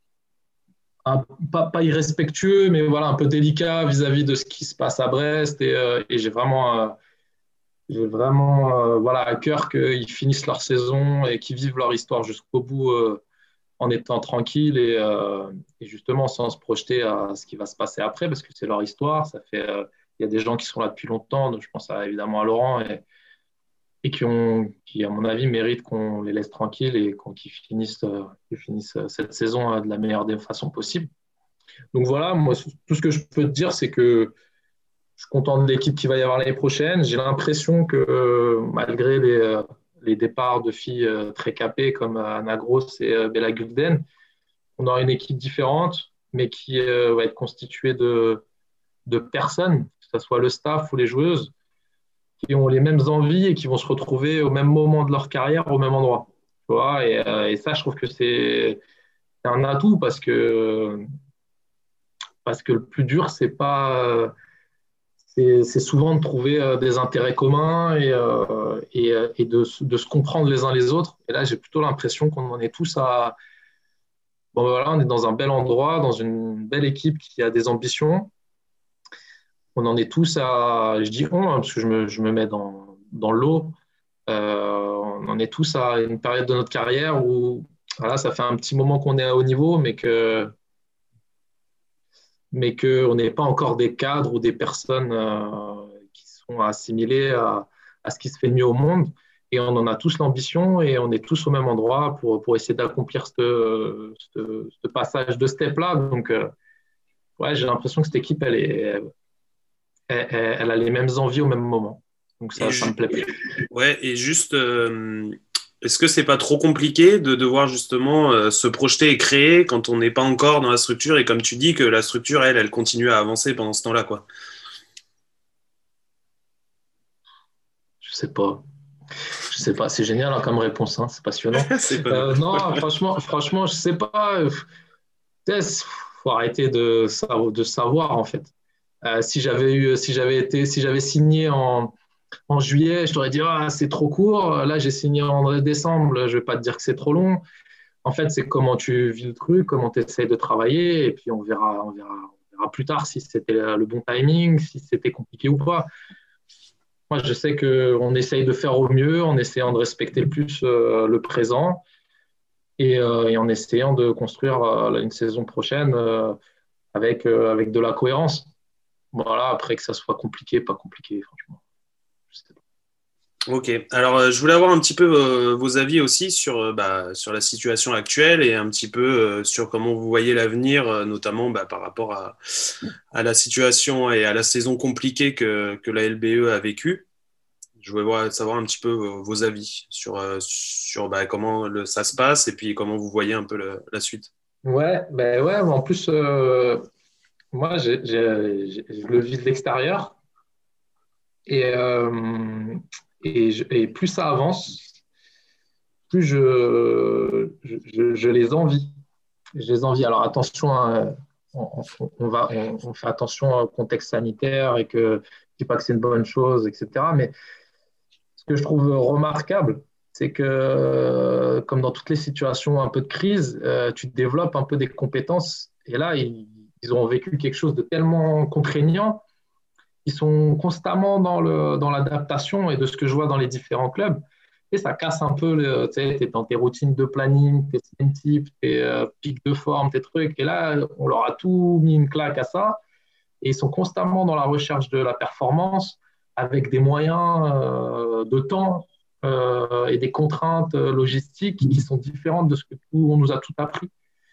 Un, pas, pas irrespectueux, mais voilà, un peu délicat vis-à-vis de ce qui se passe à Brest. Et, euh, et j'ai vraiment, euh, j'ai vraiment euh, voilà, à cœur qu'ils finissent leur saison et qu'ils vivent leur histoire jusqu'au bout euh, en étant tranquilles et, euh, et justement sans se projeter à ce qui va se passer après, parce que c'est leur histoire. Ça fait, euh, il y a des gens qui sont là depuis longtemps, donc je pense à, évidemment à Laurent, et, et qui, ont, qui, à mon avis, méritent qu'on les laisse tranquilles et qu'on, qu'ils, finissent, euh, qu'ils finissent cette saison euh, de la meilleure des façons possible. Donc voilà, moi, tout ce que je peux te dire, c'est que je suis content de l'équipe qui va y avoir l'année prochaine. J'ai l'impression que euh, malgré les, euh, les départs de filles euh, très capées comme Anna Gross et euh, Bella Gulden, on aura une équipe différente, mais qui euh, va être constituée de, de personnes, que ce soit le staff ou les joueuses, qui ont les mêmes envies et qui vont se retrouver au même moment de leur carrière, au même endroit. Tu vois, et, euh, et ça, je trouve que c'est, c'est un atout parce que, parce que le plus dur, c'est pas, c'est, c'est souvent de trouver euh, des intérêts communs et, euh, et, et de, de se comprendre les uns les autres. Et là, j'ai plutôt l'impression qu'on en est tous à. Bon, ben voilà, on est dans un bel endroit, dans une belle équipe qui a des ambitions. On en est tous à, je dis on, hein, parce que je me, je me mets dans, dans l'eau, euh, on en est tous à une période de notre carrière où voilà, ça fait un petit moment qu'on est à haut niveau, mais que mais qu'on n'est pas encore des cadres ou des personnes euh, qui sont assimilées à, à ce qui se fait de mieux au monde. Et on en a tous l'ambition et on est tous au même endroit pour, pour essayer d'accomplir ce, ce, ce passage de step-là. Donc, euh, ouais, j'ai l'impression que cette équipe, elle est... Elle, elle a les mêmes envies au même moment. Donc ça, ça me plaît bien. Ouais, et juste, euh, est-ce que c'est pas trop compliqué de devoir justement euh, se projeter et créer quand on n'est pas encore dans la structure et comme tu dis que la structure, elle, elle continue à avancer pendant ce temps-là, quoi. Je sais pas. Je sais pas, c'est génial hein, comme réponse, hein, c'est passionnant. C'est pas Euh, non, franchement, franchement, je sais pas. Il faut arrêter de, sa- de savoir en fait. Euh, si j'avais eu, si j'avais été, si j'avais signé en, en juillet, je t'aurais dit ah c'est trop court. Là, j'ai signé en décembre. Je vais pas te dire que c'est trop long. En fait, c'est comment tu vis le truc, comment tu essaies de travailler, et puis on verra, on verra, on verra plus tard si c'était le bon timing, si c'était compliqué ou pas. Moi, je sais qu'on essaye de faire au mieux en essayant de respecter le plus euh, le présent et, euh, et en essayant de construire euh, une saison prochaine euh, avec, euh, avec de la cohérence. Voilà, après que ça soit compliqué, pas compliqué, franchement. Je sais pas. Ok, alors euh, je voulais avoir un petit peu euh, vos avis aussi sur, euh, bah, sur la situation actuelle et un petit peu euh, sur comment vous voyez l'avenir, euh, notamment bah, par rapport à, à la situation et à la saison compliquée que, que la L B E a vécue. Je voulais voir, savoir un petit peu vos, vos avis sur, euh, sur bah, comment le, ça se passe et puis comment vous voyez un peu le- la suite. Ouais, ben ouais, en plus, euh, moi, j'ai, j'ai- j'ai- je le vis de l'extérieur et, euh, et, je- et plus ça avance, plus je, je, je- je les envie. Je les envie. Alors attention, hein, on, on- on va, on, on fait attention au contexte sanitaire et que je dis pas que c'est une bonne chose, et cetera. Mais ce que je trouve remarquable, c'est que euh, comme dans toutes les situations un peu de crise, euh, tu développes un peu des compétences. Et là, ils, ils ont vécu quelque chose de tellement contraignant. Ils sont constamment dans le, dans l'adaptation et de ce que je vois dans les différents clubs. Et ça casse un peu, le, tu sais, tu es dans tes routines de planning, tes semaines types, tes euh, pics de forme, tes trucs. Et là, on leur a tout mis une claque à ça. Et ils sont constamment dans la recherche de la performance avec des moyens euh, de temps euh, et des contraintes logistiques qui sont différentes de ce que tout, on nous a tout appris.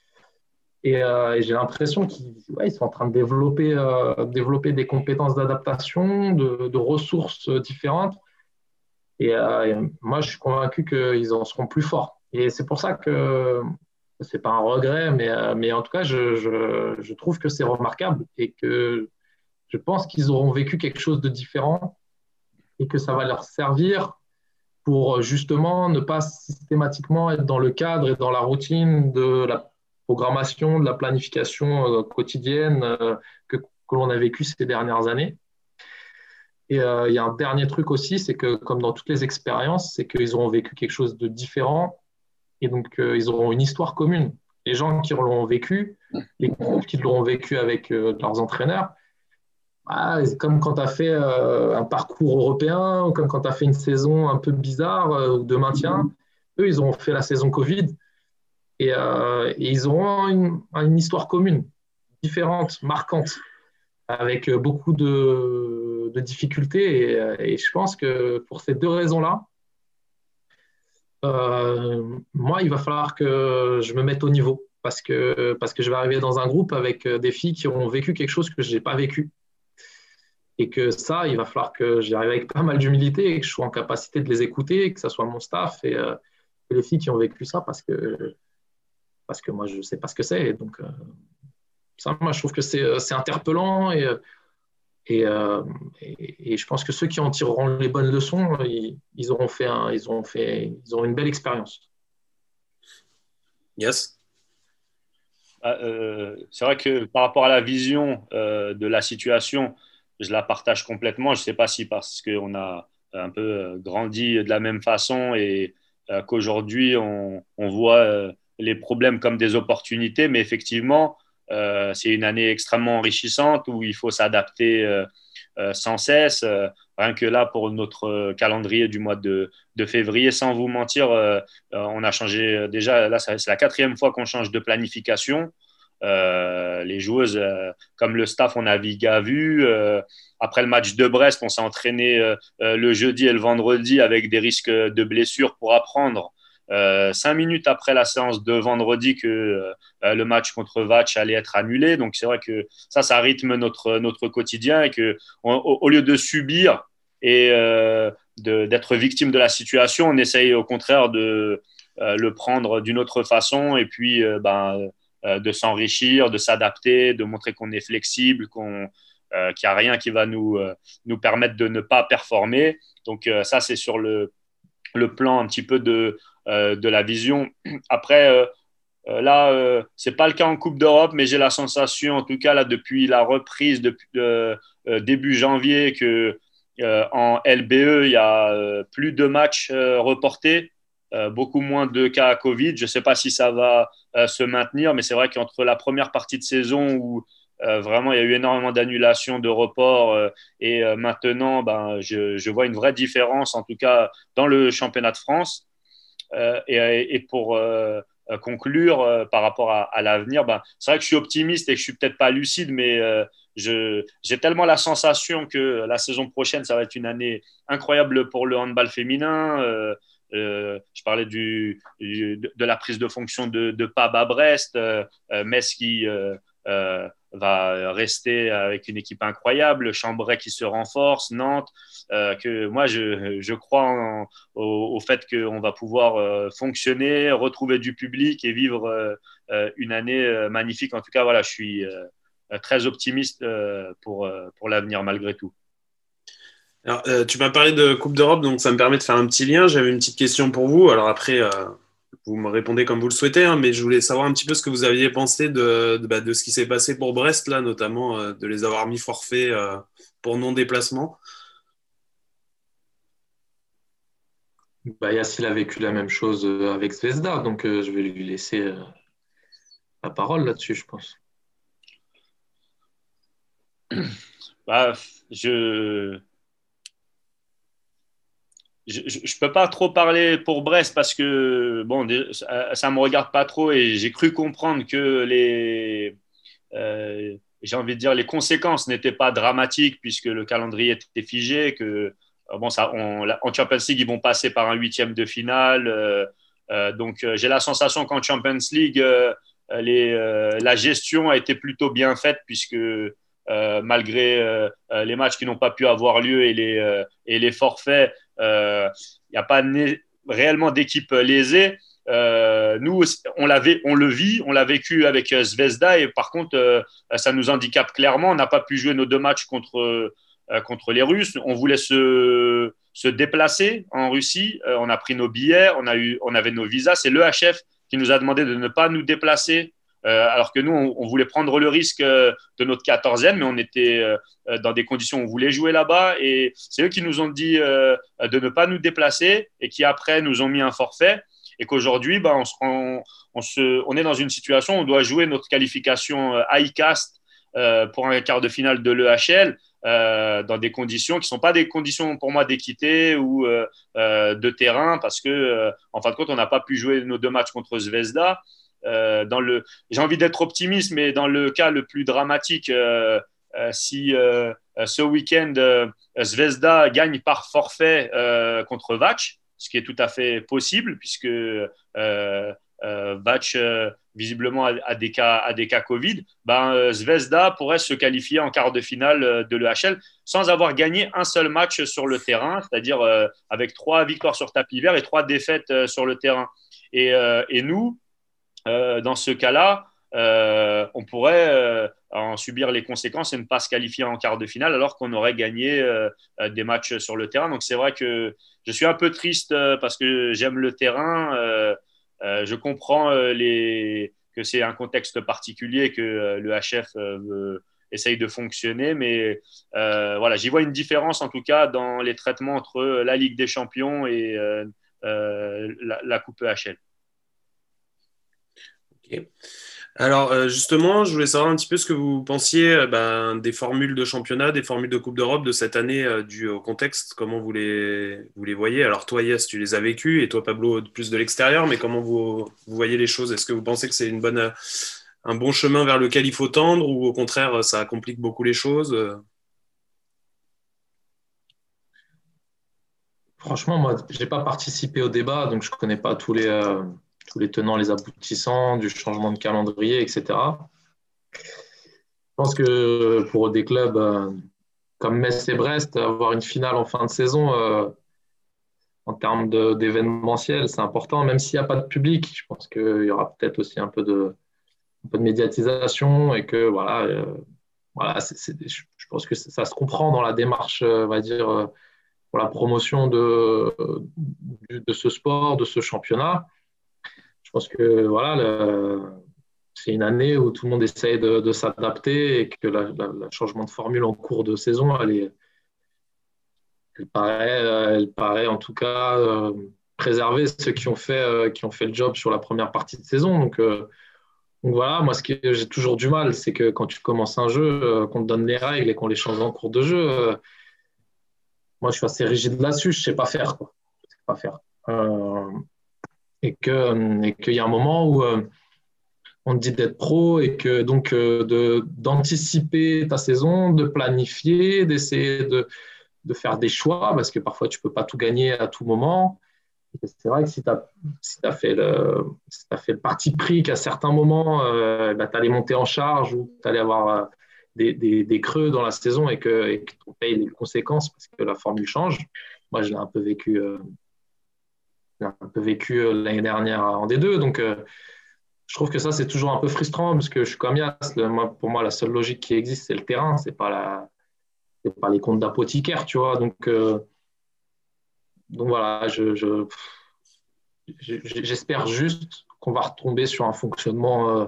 Et, euh, et j'ai l'impression qu'ils ouais, ils sont en train de développer, euh, développer des compétences d'adaptation, de, de ressources différentes. Et, euh, et moi, je suis convaincu qu'ils en seront plus forts. Et c'est pour ça que c'est pas un regret, mais, euh, mais en tout cas, je, je, je trouve que c'est remarquable et que je pense qu'ils auront vécu quelque chose de différent et que ça va leur servir pour justement ne pas systématiquement être dans le cadre et dans la routine de la programmation, de la planification euh, quotidienne euh, que, que l'on a vécu ces dernières années. Et euh, il y a un dernier truc aussi, c'est que comme dans toutes les expériences, c'est qu'ils auront vécu quelque chose de différent et donc euh, ils auront une histoire commune. Les gens qui l'auront vécu, les groupes qui l'auront vécu avec euh, leurs entraîneurs, ah, c'est comme quand tu as fait euh, un parcours européen ou comme quand tu as fait une saison un peu bizarre euh, de maintien. Eux, ils ont fait la saison Covid et, euh, et ils auront une, une histoire commune, différente, marquante, avec beaucoup de, de difficultés. Et, et, je pense que pour ces deux raisons-là, euh, moi, il va falloir que je me mette au niveau parce que, parce que je vais arriver dans un groupe avec des filles qui ont vécu quelque chose que je n'ai pas vécu. Et que ça, il va falloir que j'y arrive avec pas mal d'humilité et que je sois en capacité de les écouter, que ce soit mon staff et, euh, et les filles qui ont vécu ça parce que, parce que moi, je ne sais pas ce que c'est. Et donc, euh, ça, moi, je trouve que c'est, c'est interpellant et, et, euh, et, et je pense que ceux qui en tireront les bonnes leçons, ils, ils auront fait, un, ils auront fait ils auront une belle expérience. Yes. Ah, euh, c'est vrai que par rapport à la vision euh, de la situation, je la partage complètement. Je ne sais pas si parce qu'on a un peu euh, grandi de la même façon et euh, qu'aujourd'hui on, on voit euh, les problèmes comme des opportunités, mais effectivement, euh, c'est une année extrêmement enrichissante où il faut s'adapter euh, euh, sans cesse. Euh, rien que là, pour notre calendrier du mois de, de février, sans vous mentir, euh, euh, on a changé déjà, là, c'est la quatrième fois qu'on change de planification. Euh, les joueuses, euh, comme le staff, on navigue à vue. Euh, après le match de Brest, on s'est entraîné euh, euh, le jeudi et le vendredi avec des risques de blessures pour apprendre. Euh, cinq minutes après la séance de vendredi que euh, le match contre Vatch allait être annulé. Donc c'est vrai que ça, ça rythme notre, notre quotidien et que on, au, au lieu de subir et euh, de, d'être victime de la situation, on essaye au contraire de euh, le prendre d'une autre façon et puis euh, ben, euh, de s'enrichir, de s'adapter, de montrer qu'on est flexible, qu'on, euh, qu'il n'y a rien qui va nous, euh, nous permettre de ne pas performer. Donc euh, ça, c'est sur le, le plan un petit peu de, euh, de la vision. Après, euh, euh, là, euh, ce n'est pas le cas en Coupe d'Europe, mais j'ai la sensation, en tout cas, là, depuis la reprise, depuis euh, euh, début janvier, que euh, en L B E, il y a euh, plus de matchs euh, reportés, euh, beaucoup moins de cas Covid. Je ne sais pas si ça va euh, se maintenir, mais c'est vrai qu'entre la première partie de saison où euh, vraiment il y a eu énormément d'annulations, de reports, euh, et euh, maintenant, ben, je, je vois une vraie différence, en tout cas dans le championnat de France. Euh, et, et pour euh, conclure euh, par rapport à, à l'avenir, ben, c'est vrai que je suis optimiste et que je suis peut-être pas lucide, mais euh, je, j'ai tellement la sensation que la saison prochaine, ça va être une année incroyable pour le handball féminin. Euh, euh, je parlais du, du, de la prise de fonction de, de P A B à Brest, euh, Metz qui euh, euh, va rester avec une équipe incroyable, Chambray qui se renforce, Nantes, euh, que moi je, je crois en, au, au fait qu'on va pouvoir euh, fonctionner, retrouver du public et vivre euh, euh, une année euh, magnifique. En tout cas, voilà, je suis euh, très optimiste euh, pour, euh, pour l'avenir malgré tout. Alors, euh, tu m'as parlé de Coupe d'Europe, donc ça me permet de faire un petit lien. J'avais une petite question pour vous. Alors après, euh, vous me répondez comme vous le souhaitez, hein, mais je voulais savoir un petit peu ce que vous aviez pensé de, de, bah, de ce qui s'est passé pour Brest, là, notamment euh, de les avoir mis forfait euh, pour non-déplacement. Bah, Yacine a vécu la même chose euh, avec Zvezda, donc euh, je vais lui laisser euh, la parole là-dessus, je pense. Bah, je je ne peux pas trop parler pour Brest parce que bon, ça ne me regarde pas trop et j'ai cru comprendre que les, euh, j'ai envie de dire, les conséquences n'étaient pas dramatiques puisque le calendrier était figé, que bon, ça, on, en Champions League, ils vont passer par un huitième de finale. Euh, euh, donc, euh, j'ai la sensation qu'en Champions League, euh, les, euh, la gestion a été plutôt bien faite puisque euh, malgré euh, les matchs qui n'ont pas pu avoir lieu et les, euh, et les forfaits, il euh, n'y a pas né- réellement d'équipe lésée. Euh, nous, on, l'avait, on le vit, on l'a vécu avec Zvezda et par contre, euh, ça nous handicape clairement. On n'a pas pu jouer nos deux matchs contre, euh, contre les Russes. On voulait se, se déplacer en Russie. Euh, on a pris nos billets, on, a eu, on avait nos visas. C'est l'E H F qui nous a demandé de ne pas nous déplacer. Euh, alors que nous, on, on voulait prendre le risque euh, de notre quatorzième, mais on était euh, dans des conditions où on voulait jouer là-bas. Et c'est eux qui nous ont dit euh, de ne pas nous déplacer et qui, après, nous ont mis un forfait. Et qu'aujourd'hui, ben, on, se, on, on, se, on est dans une situation où on doit jouer notre qualification euh, ICAST euh, pour un quart de finale de l'E H L euh, dans des conditions qui ne sont pas des conditions pour moi d'équité ou euh, euh, de terrain parce que, euh, en fin de compte, on n'a pas pu jouer nos deux matchs contre Zvezda. Euh, dans le, j'ai envie d'être optimiste, mais dans le cas le plus dramatique, euh, euh, si euh, ce week-end euh, Zvezda gagne par forfait euh, contre Vach, ce qui est tout à fait possible puisque euh, euh, Vach euh, visiblement a, a, des cas, a des cas Covid, ben, euh, Zvezda pourrait se qualifier en quart de finale de l'E H L sans avoir gagné un seul match sur le terrain, c'est-à-dire euh, avec trois victoires sur tapis vert et trois défaites euh, sur le terrain. Et, euh, et nous, Euh, dans ce cas-là, euh, on pourrait euh, en subir les conséquences et ne pas se qualifier en quart de finale alors qu'on aurait gagné euh, des matchs sur le terrain. Donc c'est vrai que je suis un peu triste euh, parce que j'aime le terrain. Euh, euh, je comprends euh, les... que c'est un contexte particulier, que euh, le H F euh, veut... essaye de fonctionner, mais euh, voilà, j'y vois une différence en tout cas dans les traitements entre la Ligue des Champions et euh, euh, la, la Coupe E H L. Okay. Alors euh, justement, je voulais savoir un petit peu ce que vous pensiez euh, ben, des formules de championnat, des formules de Coupe d'Europe de cette année euh, dû au contexte, comment vous les, vous les voyez. Alors toi, Yes, tu les as vécues et toi, Pablo, plus de l'extérieur, mais comment vous, vous voyez les choses? Est-ce que vous pensez que c'est une bonne, un bon chemin vers lequel il faut tendre ou au contraire, ça complique beaucoup les choses? Franchement, moi, je n'ai pas participé au débat, donc je ne connais pas tous les... Euh... tous les tenants, les aboutissants, du changement de calendrier, et cetera. Je pense que pour des clubs euh, comme Metz et Brest, avoir une finale en fin de saison, euh, en termes de, d'événementiel, c'est important, même s'il n'y a pas de public. Je pense qu'il y aura peut-être aussi un peu de, un peu de médiatisation et que voilà, euh, voilà c'est, c'est, je pense que ça se comprend dans la démarche, on va dire, pour la promotion de, de, de ce sport, de ce championnat. Je pense que voilà, le, c'est une année où tout le monde essaye de, de s'adapter et que le changement de formule en cours de saison, elle, est, elle, paraît, elle paraît en tout cas euh, préserver ceux qui ont, fait, euh, qui ont fait le job sur la première partie de saison. Donc, euh, donc voilà, moi, ce que j'ai toujours du mal, c'est que quand tu commences un jeu, euh, qu'on te donne les règles et qu'on les change en cours de jeu, euh, moi, je suis assez rigide là-dessus, je ne sais pas faire. Quoi. Je sais pas faire. Euh, et que, et qu'il y a un moment où euh, on te dit d'être pro et que donc euh, de, d'anticiper ta saison, de planifier, d'essayer de, de faire des choix, parce que parfois, tu ne peux pas tout gagner à tout moment. Et c'est vrai que si tu as si t'as fait, si fait le parti pris qu'à certains moments, euh, bah, tu allais monter en charge ou tu allais avoir euh, des, des, des creux dans la saison et que, et que tu payes les conséquences parce que la formule change. Moi, je l'ai un peu vécu, euh, je l'ai un peu vécu euh, l'année dernière en D deux. Donc, euh, je trouve que ça, c'est toujours un peu frustrant parce que je suis comme Yass. Moi, pour moi, la seule logique qui existe, c'est le terrain. Ce n'est pas, la, c'est pas les comptes d'apothicaire, tu vois. Donc, euh, donc voilà, je, je, j'espère juste qu'on va retomber sur un fonctionnement euh,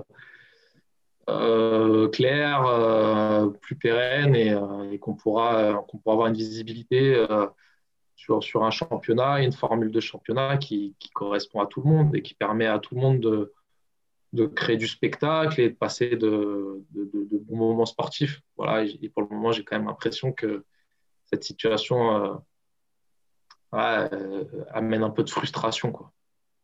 euh, clair, euh, plus pérenne et, euh, et qu'on pourra, qu'on pourra avoir une visibilité euh, sur, sur un championnat, une formule de championnat qui, qui correspond à tout le monde et qui permet à tout le monde de, de créer du spectacle et de passer de, de, de, de bons moments sportifs. Voilà, et pour le moment, j'ai quand même l'impression que cette situation euh, ouais, euh, amène un peu de frustration, quoi.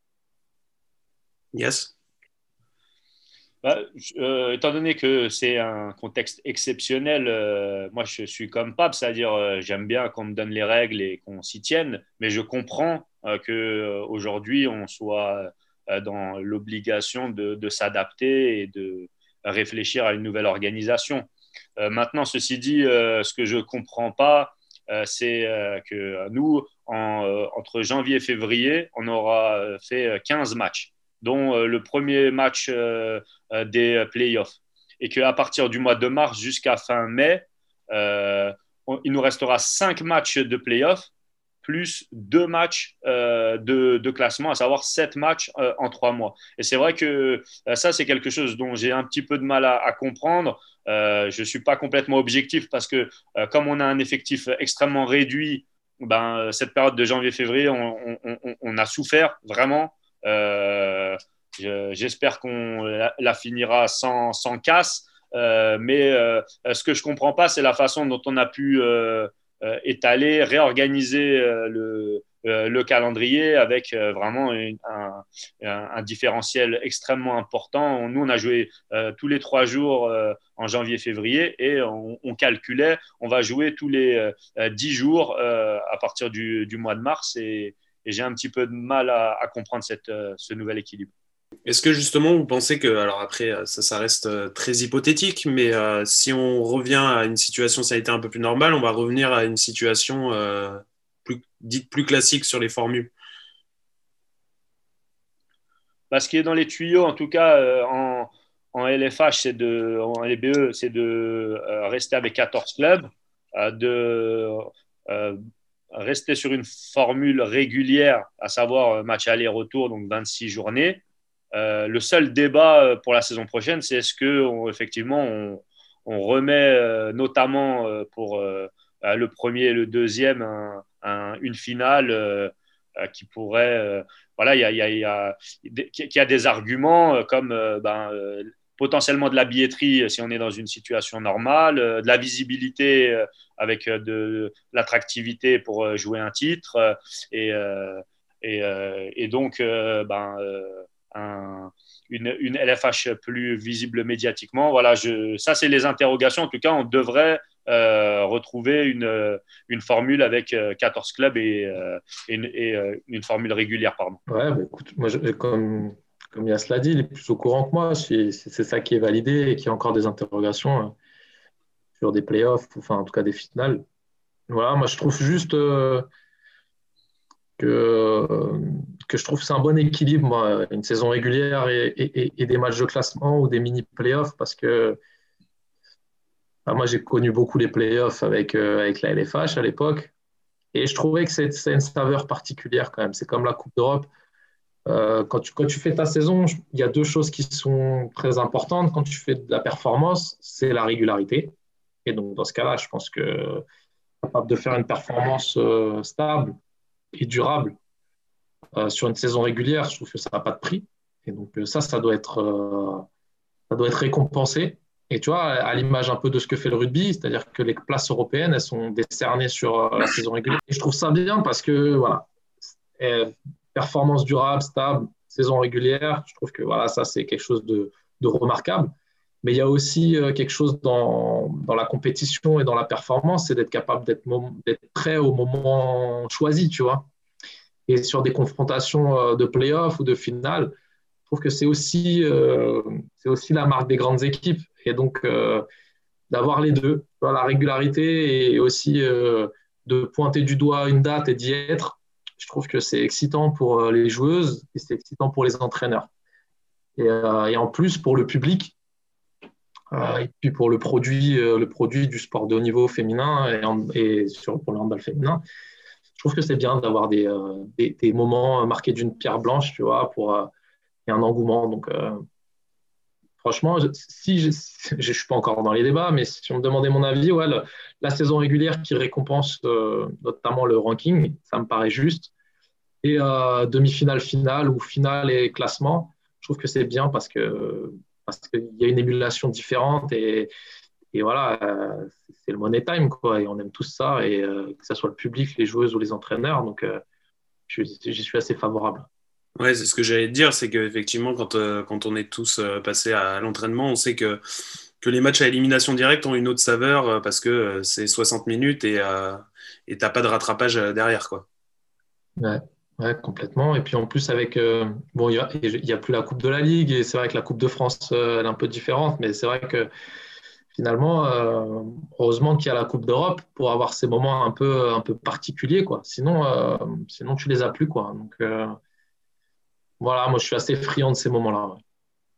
Yes. Bah, euh, étant donné que c'est un contexte exceptionnel, euh, moi je suis comme Pape, c'est-à-dire euh, j'aime bien qu'on me donne les règles et qu'on s'y tienne, mais je comprends euh, qu'aujourd'hui on soit euh, dans l'obligation de, de s'adapter et de réfléchir à une nouvelle organisation. Euh, maintenant, ceci dit, euh, ce que je ne comprends pas, euh, c'est euh, que nous, en, euh, entre janvier et février, on aura fait quinze matchs, dont euh, le premier match euh, euh, des playoffs. Et qu'à partir du mois de mars jusqu'à fin mai, euh, on, il nous restera cinq matchs de playoffs plus deux matchs euh, de, de classement, à savoir sept matchs euh, en trois mois. Et c'est vrai que euh, ça, c'est quelque chose dont j'ai un petit peu de mal à, à comprendre. Euh, je ne suis pas complètement objectif parce que euh, comme on a un effectif extrêmement réduit, ben, cette période de janvier-février, on, on, on, on a souffert vraiment. Euh, je, j'espère qu'on la, la finira sans, sans casse. Euh, mais euh, ce que je ne comprends pas, c'est la façon dont on a pu euh, euh, étaler, réorganiser euh, le, euh, le calendrier avec euh, vraiment une, un, un, un différentiel extrêmement important. Nous, on a joué euh, tous les trois jours euh, en janvier-février et on, on calculait, on va jouer tous les euh, dix jours euh, à partir du, du mois de mars et, et j'ai un petit peu de mal à, à comprendre cette, euh, ce nouvel équilibre. Est-ce que justement vous pensez que, alors après ça, ça reste très hypothétique, mais euh, si on revient à une situation sanitaire un peu plus normale, on va revenir à une situation euh, plus, dite plus classique sur les formules? Bah, ce qui est dans les tuyaux, en tout cas euh, en, en L F H, c'est de, en L B E, c'est de euh, rester avec quatorze clubs, euh, de euh, rester sur une formule régulière, à savoir match aller-retour, donc vingt-six journées. Euh, le seul débat pour la saison prochaine, c'est est-ce que on, effectivement on, on remet euh, notamment euh, pour euh, le premier et le deuxième un, un, une finale euh, qui pourrait euh, voilà il y a, y a, y a, y a des arguments euh, comme euh, ben, euh, potentiellement de la billetterie si on est dans une situation normale, euh, de la visibilité euh, avec euh, de, de l'attractivité pour euh, jouer un titre euh, et, euh, et, euh, et donc euh, ben euh, Un, une, une L F H plus visible médiatiquement. Voilà, je, ça, c'est les interrogations. En tout cas, on devrait euh, retrouver une, une formule avec quatorze clubs et, euh, et, une, et euh, une formule régulière. Pardon. Ouais, bah écoute, moi, je, comme, comme Yass l'a dit, il est plus au courant que moi. C'est, c'est ça qui est validé et qu'il y a encore des interrogations euh, sur des playoffs, enfin, en tout cas des finales. Voilà, moi, je trouve juste... Euh, que, que je trouve que c'est un bon équilibre, moi, une saison régulière et, et, et des matchs de classement ou des mini-playoffs, parce que bah, moi, j'ai connu beaucoup les playoffs avec, euh, avec la L F H à l'époque. Et je trouvais que c'est, c'est une saveur particulière quand même. C'est comme la Coupe d'Europe. Euh, quand, tu, quand tu fais ta saison, il y a deux choses qui sont très importantes. Quand tu fais de la performance, c'est la régularité. Et donc, dans ce cas-là, je pense que capable de faire une performance euh, stable et durable euh, sur une saison régulière, je trouve que ça n'a pas de prix. Et donc, euh, ça, ça doit être, euh, ça doit être récompensé. Et tu vois, à l'image un peu de ce que fait le rugby, c'est-à-dire que les places européennes, elles sont décernées sur euh, la saison régulière. Et je trouve ça bien parce que, voilà, euh, performance durable, stable, saison régulière, je trouve que voilà, ça, c'est quelque chose de, de remarquable. Mais il y a aussi euh, quelque chose dans, dans la compétition et dans la performance, c'est d'être capable d'être, d'être prêt au moment choisi, tu vois. Et sur des confrontations euh, de play-off ou de finale, je trouve que c'est aussi, euh, c'est aussi la marque des grandes équipes. Et donc, euh, d'avoir les deux, la régularité et aussi euh, de pointer du doigt une date et d'y être, je trouve que c'est excitant pour les joueuses et c'est excitant pour les entraîneurs. Et, euh, et en plus, pour le public, euh, et puis pour le produit, euh, le produit du sport de haut niveau féminin et, en, et sur, pour le handball féminin, je trouve que c'est bien d'avoir des, euh, des, des moments marqués d'une pierre blanche, tu vois, pour euh, et un engouement. Donc, euh, franchement, si je ne suis pas encore dans les débats, mais si on me demandait mon avis, ouais, le, la saison régulière qui récompense euh, notamment le ranking, ça me paraît juste. Et euh, demi-finale, finale ou finale et classement, je trouve que c'est bien parce que parce qu'il y a une émulation différente et, et voilà, euh, c'est le money time, quoi, et on aime tous ça, et euh, que ce soit le public, les joueuses ou les entraîneurs, donc euh, j'y suis assez favorable. Ouais, c'est ce que j'allais te dire, c'est qu'effectivement, quand, euh, quand on est tous euh, passés à l'entraînement, on sait que, que les matchs à élimination directe ont une autre saveur euh, parce que euh, c'est soixante minutes et euh, et t'as pas de rattrapage euh, derrière, quoi. Ouais, ouais, complètement. Et puis en plus, avec. Euh, bon, il n'y a, il y a plus la Coupe de la Ligue, et c'est vrai que la Coupe de France, euh, elle est un peu différente, mais c'est vrai que finalement, euh, heureusement qu'il y a la Coupe d'Europe pour avoir ces moments un peu, un peu particuliers, quoi. Sinon, euh, sinon, tu les as plus, quoi. Donc, euh, voilà, moi, je suis assez friand de ces moments-là. Ouais.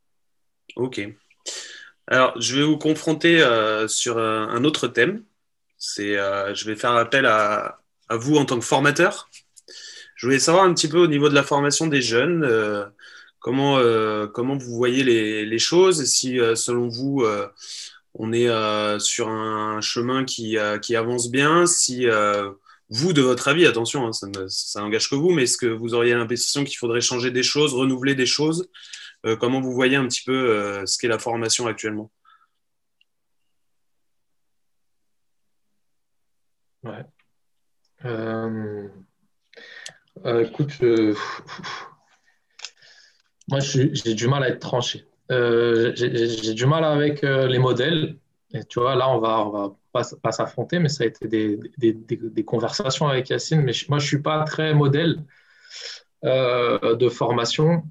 Ok. Alors, je vais vous confronter euh, sur euh, un autre thème. C'est, euh, je vais faire appel à, à vous en tant que formateur. Je voulais savoir un petit peu au niveau de la formation des jeunes, euh, comment, euh, comment vous voyez les, les choses, et si euh, selon vous, euh, on est euh, sur un chemin qui, euh, qui avance bien, si euh, vous, de votre avis, attention, hein, ça, ne, ça n'engage que vous, mais est-ce que vous auriez l'impression qu'il faudrait changer des choses, renouveler des choses? Euh, comment vous voyez un petit peu euh, ce qu'est la formation actuellement? Ouais. Euh, euh, écoute, euh, moi, je- j'ai du mal à être tranché. Euh, j'ai j'ai- j'ai du mal avec euh, les modèles. Et tu vois, là, on va, on va pas, s- pas s'affronter, mais ça a été des, des, des- des conversations avec Yacine. Mais je- moi, je suis pas très modèle euh, de formation.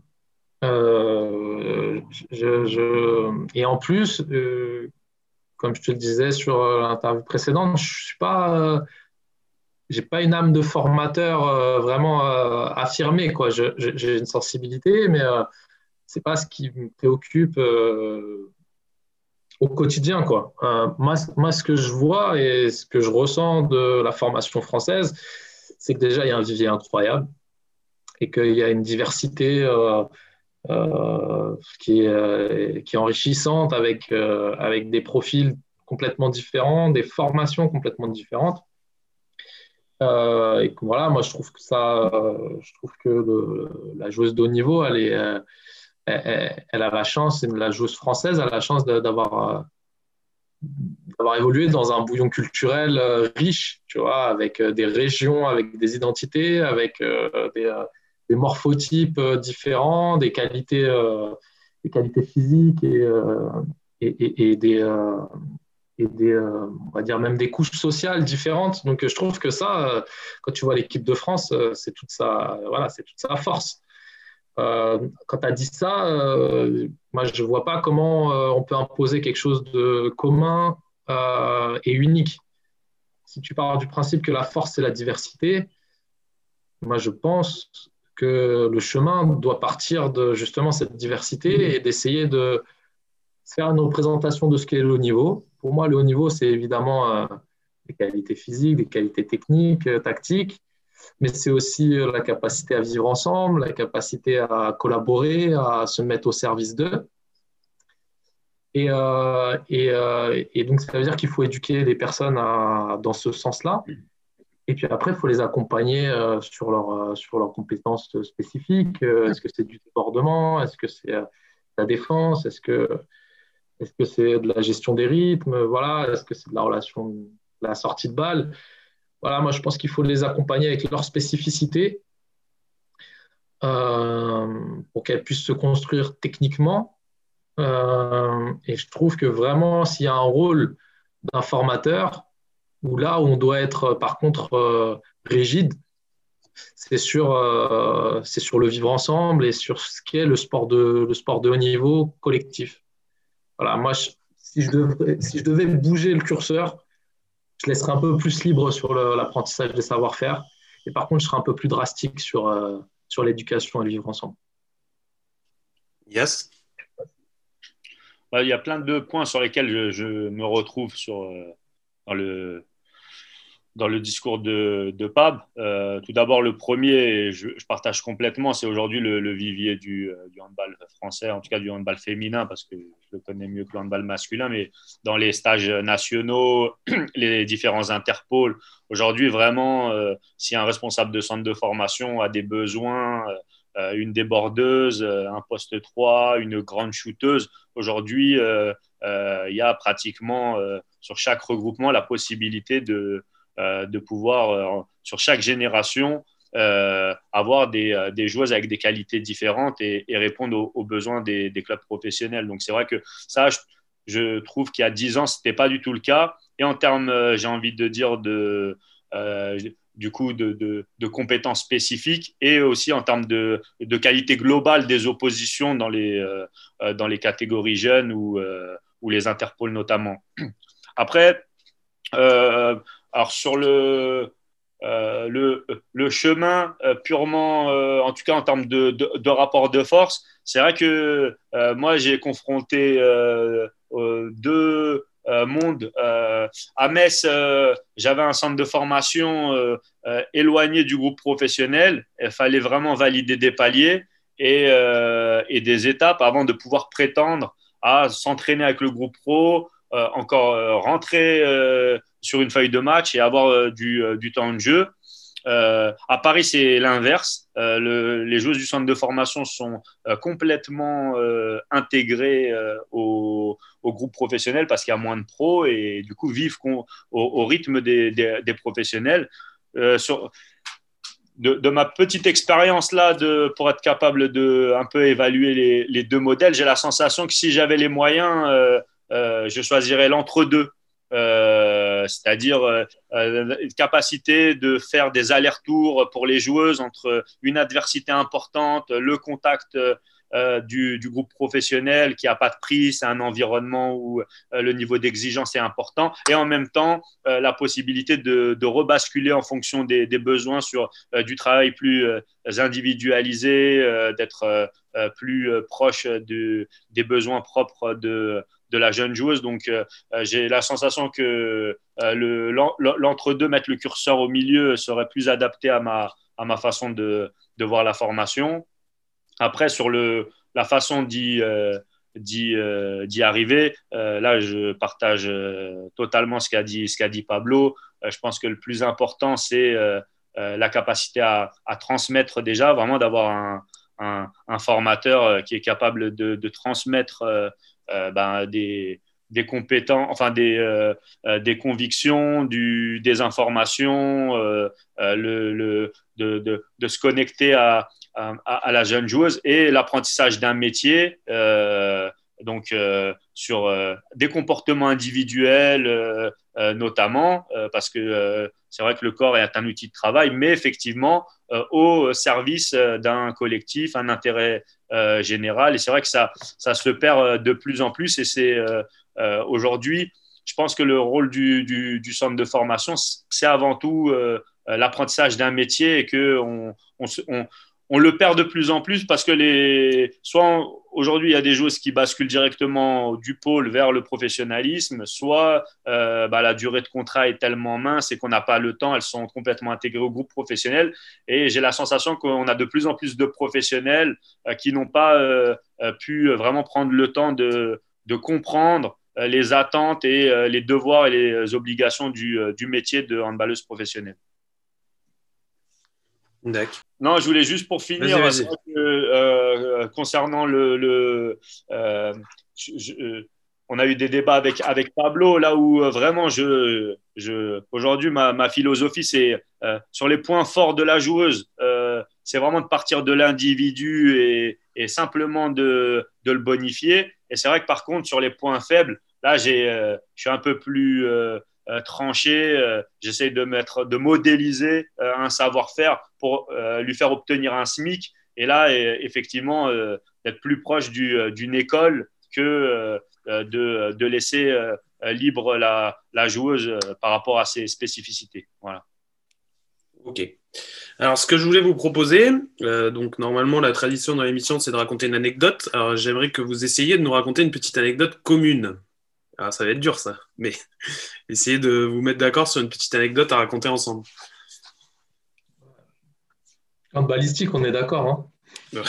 Euh, je, je- Et en plus, euh, comme je te le disais sur euh, l'interview précédente, je suis pas, euh, j'ai pas une âme de formateur euh, vraiment euh, affirmée, quoi. Je- je- j'ai une sensibilité, mais euh, c'est pas ce qui me préoccupe euh, au quotidien, quoi. Euh, moi, moi, ce que je vois et ce que je ressens de la formation française, c'est que déjà, il y a un vivier incroyable et qu'il y a une diversité euh, euh, qui est, euh, qui est enrichissante avec, euh, avec des profils complètement différents, des formations complètement différentes. Euh, et que, voilà, moi, je trouve que ça, euh, je trouve que le, la joueuse de haut niveau, elle est, euh, elle, elle a la chance, la joueuse française a la chance de- d'avoir euh, d'avoir évolué dans un bouillon culturel euh, riche, tu vois, avec euh, des régions, avec des identités, avec euh, des, euh, des morphotypes euh, différents, des qualités, euh, des qualités physiques et, euh, et, et, et des, euh, et des euh, on va dire même des couches sociales différentes. Donc, je trouve que ça, euh, quand tu vois l'équipe de France, euh, c'est toute sa, voilà, c'est toute sa force. Euh, quand tu as dit ça, euh, moi, je ne vois pas comment euh, on peut imposer quelque chose de commun euh, et unique. Si tu pars du principe que la force, c'est la diversité, moi, je pense que le chemin doit partir de justement cette diversité et d'essayer de faire une représentation de ce qu'est le haut niveau. Pour moi, le haut niveau, c'est évidemment euh, des qualités physiques, des qualités techniques, euh, tactiques, mais c'est aussi euh, la capacité à vivre ensemble, la capacité à collaborer, à se mettre au service d'eux. Et, euh, et, euh, et donc, ça veut dire qu'il faut éduquer les personnes à- dans ce sens-là. Et puis après, il faut les accompagner euh, sur, leur, euh, sur leurs compétences spécifiques. Euh, est-ce que c'est du débordement? Est-ce que c'est euh, la défense? Est-ce que, est-ce que c'est de la gestion des rythmes? Voilà. Est-ce que c'est de la relation, de la sortie de balle? Voilà, moi, je pense qu'il faut les accompagner avec leurs spécificités euh, pour qu'elles puissent se construire techniquement. Euh, et je trouve que vraiment, s'il y a un rôle d'un formateur, où là où on doit être par contre euh, rigide, c'est sur, euh, c'est sur le vivre ensemble et sur ce qu'est le sport de, le sport de haut niveau collectif. Voilà, moi, je- si, je devrais, si je devais bouger le curseur, je laisserais un peu plus libre sur le- l'apprentissage des savoir-faire. Et par contre, je serais un peu plus drastique sur, euh, sur l'éducation et le vivre ensemble. Yes. Ouais, il y a plein de points sur lesquels je, je me retrouve sur, euh, dans le, dans le discours de, de Pab. Euh, tout d'abord, le premier, je, je partage complètement, c'est aujourd'hui le, le vivier du, euh, du handball français, en tout cas du handball féminin, parce que je le connais mieux que le handball masculin, mais dans les stages nationaux, les différents interpôles, aujourd'hui, vraiment, euh, si un responsable de centre de formation a des besoins, euh, une débordeuse, un poste trois, une grande shooteuse, aujourd'hui, euh, euh, il y a pratiquement euh, sur chaque regroupement la possibilité de Euh, de pouvoir, euh, sur chaque génération, euh, avoir des, euh, des joueuses avec des qualités différentes et, et répondre aux, aux besoins des, des clubs professionnels. Donc, c'est vrai que ça, je, je trouve qu'il y a dix ans, ce n'était pas du tout le cas. Et en termes, euh, j'ai envie de dire, de, euh, du coup, de, de, de compétences spécifiques et aussi en termes de, de qualité globale des oppositions dans les, euh, dans les catégories jeunes ou, euh, ou les interpôles notamment. Après, euh, alors sur le, euh, le, le chemin euh, purement, euh, en tout cas en termes de, de, de rapport de force, c'est vrai que euh, moi j'ai confronté euh, euh, deux euh, mondes. Euh, à Metz, euh, j'avais un centre de formation euh, euh, éloigné du groupe professionnel. Il fallait vraiment valider des paliers et, euh, et des étapes avant de pouvoir prétendre à s'entraîner avec le groupe pro, euh, encore euh, rentrer euh, sur une feuille de match et avoir euh, du, euh, du temps de jeu. Euh, à Paris, c'est l'inverse. Euh, le, les joueuses du centre de formation sont euh, complètement euh, intégrées euh, au, au groupe professionnel parce qu'il y a moins de pros et du coup vivent au, au rythme des, des, des professionnels. Euh, sur, de, de ma petite expérience là, de, pour être capable de un peu évaluer les, les deux modèles, j'ai la sensation que si j'avais les moyens, euh, euh, je choisirais l'entre-deux. Euh, c'est-à-dire euh, une capacité de faire des allers-retours pour les joueuses entre une adversité importante, le contact euh, du, du groupe professionnel qui n'a pas de prix, c'est un environnement où euh, le niveau d'exigence est important, et en même temps euh, la possibilité de, de rebasculer en fonction des, des besoins sur euh, du travail plus euh, individualisé, euh, d'être euh, plus euh, proche de, des besoins propres de de la jeune joueuse. Donc, euh, j'ai la sensation que euh, le, l'entre-deux, mettre le curseur au milieu, serait plus adapté à ma, à ma façon de, de voir la formation. Après, sur le, la façon d'y, euh, d'y, euh, d'y arriver, euh, là, je partage euh, totalement ce qu'a dit, ce qu'a dit Pablo. Euh, je pense que le plus important, c'est euh, euh, la capacité à, à transmettre déjà, vraiment d'avoir un, un, un formateur qui est capable de, de transmettre euh, euh, ben, des, des compétences, enfin des, euh, euh, des convictions, du, des informations, euh, euh, le, le, de, de, de se connecter à, à, à la jeune joueuse et l'apprentissage d'un métier. Euh, donc euh, sur euh, des comportements individuels euh, euh, notamment, euh, parce que euh, c'est vrai que le corps est un outil de travail, mais effectivement euh, au service euh, d'un collectif, un intérêt euh, général. Et c'est vrai que ça, ça se perd de plus en plus. Et c'est euh, euh, aujourd'hui, je pense que le rôle du, du, du centre de formation, c'est avant tout euh, l'apprentissage d'un métier et qu'on on, on, on le perd de plus en plus parce que les, soit aujourd'hui, il y a des joueuses qui basculent directement du pôle vers le professionnalisme, soit euh, bah, la durée de contrat est tellement mince et qu'on n'a pas le temps, elles sont complètement intégrées au groupe professionnel. Et j'ai la sensation qu'on a de plus en plus de professionnels euh, qui n'ont pas euh, pu vraiment prendre le temps de, de comprendre euh, les attentes et euh, les devoirs et les obligations du, euh, du métier de handballeuse professionnelle. D'accord. Non, je voulais juste pour finir, vas-y, vas-y. Que, euh, concernant le, le euh, je, je, on a eu des débats avec avec Pablo là où euh, vraiment je, je aujourd'hui ma, ma philosophie c'est euh, sur les points forts de la joueuse, euh, c'est vraiment de partir de l'individu et, et simplement de de le bonifier. Et c'est vrai que par contre sur les points faibles, là j'ai, euh, je suis un peu plus euh, Euh, tranché, euh, j'essaie de mettre, de modéliser euh, un savoir-faire pour euh, lui faire obtenir un SMIC. Et là, et, effectivement, euh, d'être plus proche du, euh, d'une école que euh, de, de laisser euh, libre la, la joueuse euh, par rapport à ses spécificités. Voilà. Ok. Alors, ce que je voulais vous proposer, euh, donc normalement, la tradition dans l'émission, c'est de raconter une anecdote. Alors, j'aimerais que vous essayiez de nous raconter une petite anecdote commune. Alors, ça va être dur, ça, mais essayez de vous mettre d'accord sur une petite anecdote à raconter ensemble. En balistique, on est d'accord. Hein.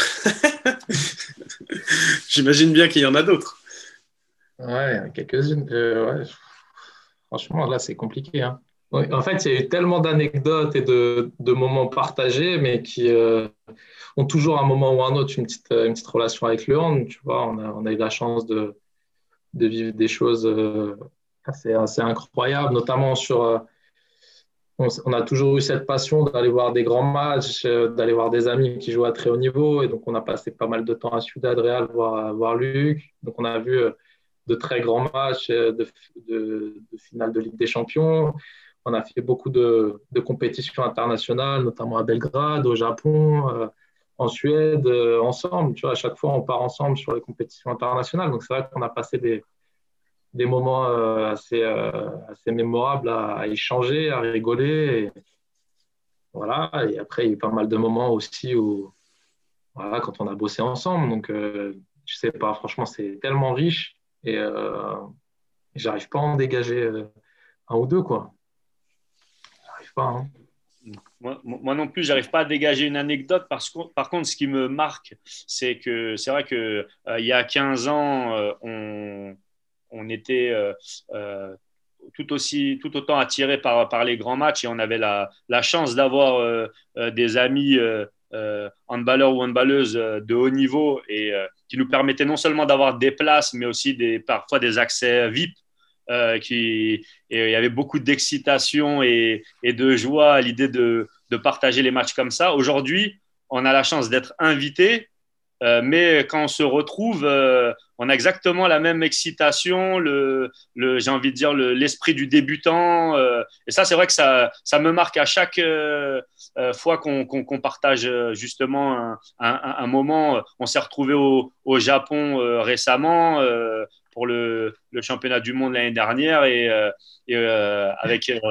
J'imagine bien qu'il y en a d'autres. Ouais, quelques-unes. Euh, ouais. Franchement, là, c'est compliqué. Hein. En fait, il y a eu tellement d'anecdotes et de, de moments partagés, mais qui euh, ont toujours à un moment ou à un autre une petite, une petite relation avec le hand. Tu vois, on a, on a eu la chance de, de vivre des choses euh, assez, assez incroyables, notamment sur. Euh, on, on a toujours eu cette passion d'aller voir des grands matchs, euh, d'aller voir des amis qui jouent à très haut niveau. Et donc, on a passé pas mal de temps à Ciudad Real voir, voir Luc. Donc, on a vu euh, de très grands matchs euh, de, de, de finale de Ligue des Champions. On a fait beaucoup de, de compétitions internationales, notamment à Belgrade, au Japon, euh, en Suède, euh, ensemble. Tu vois, à chaque fois, on part ensemble sur les compétitions internationales. Donc, c'est vrai qu'on a passé des, des moments euh, assez, euh, assez mémorables à, à échanger, à rigoler. Et, voilà. Et après, il y a eu pas mal de moments aussi où, voilà, quand on a bossé ensemble. Donc, euh, je sais pas, franchement, c'est tellement riche et euh, j'arrive pas à en dégager euh, un ou deux, quoi. Pas, hein. Moi, moi non plus, j'arrive pas à dégager une anecdote. Parce que, par contre, ce qui me marque, c'est que c'est vrai que euh, il y a quinze ans, euh, on, on était euh, euh, tout aussi, tout autant attiré par, par les grands matchs et on avait la, la chance d'avoir euh, euh, des amis euh, euh, handballeurs ou handballeuses euh, de haut niveau et euh, qui nous permettaient non seulement d'avoir des places, mais aussi des, parfois des accès V I P. Euh, qui, et il y avait beaucoup d'excitation et, et de joie à l'idée de, de partager les matchs comme ça. Aujourd'hui, on a la chance d'être invité, euh, mais quand on se retrouve, euh, on a exactement la même excitation, le, le, j'ai envie de dire le, l'esprit du débutant. Euh, et ça, c'est vrai que ça, ça me marque à chaque euh, fois qu'on, qu'on, qu'on partage justement un, un, un moment. On s'est retrouvé au, au Japon euh, récemment. Euh, pour le, le championnat du monde l'année dernière et, euh, et euh, avec euh,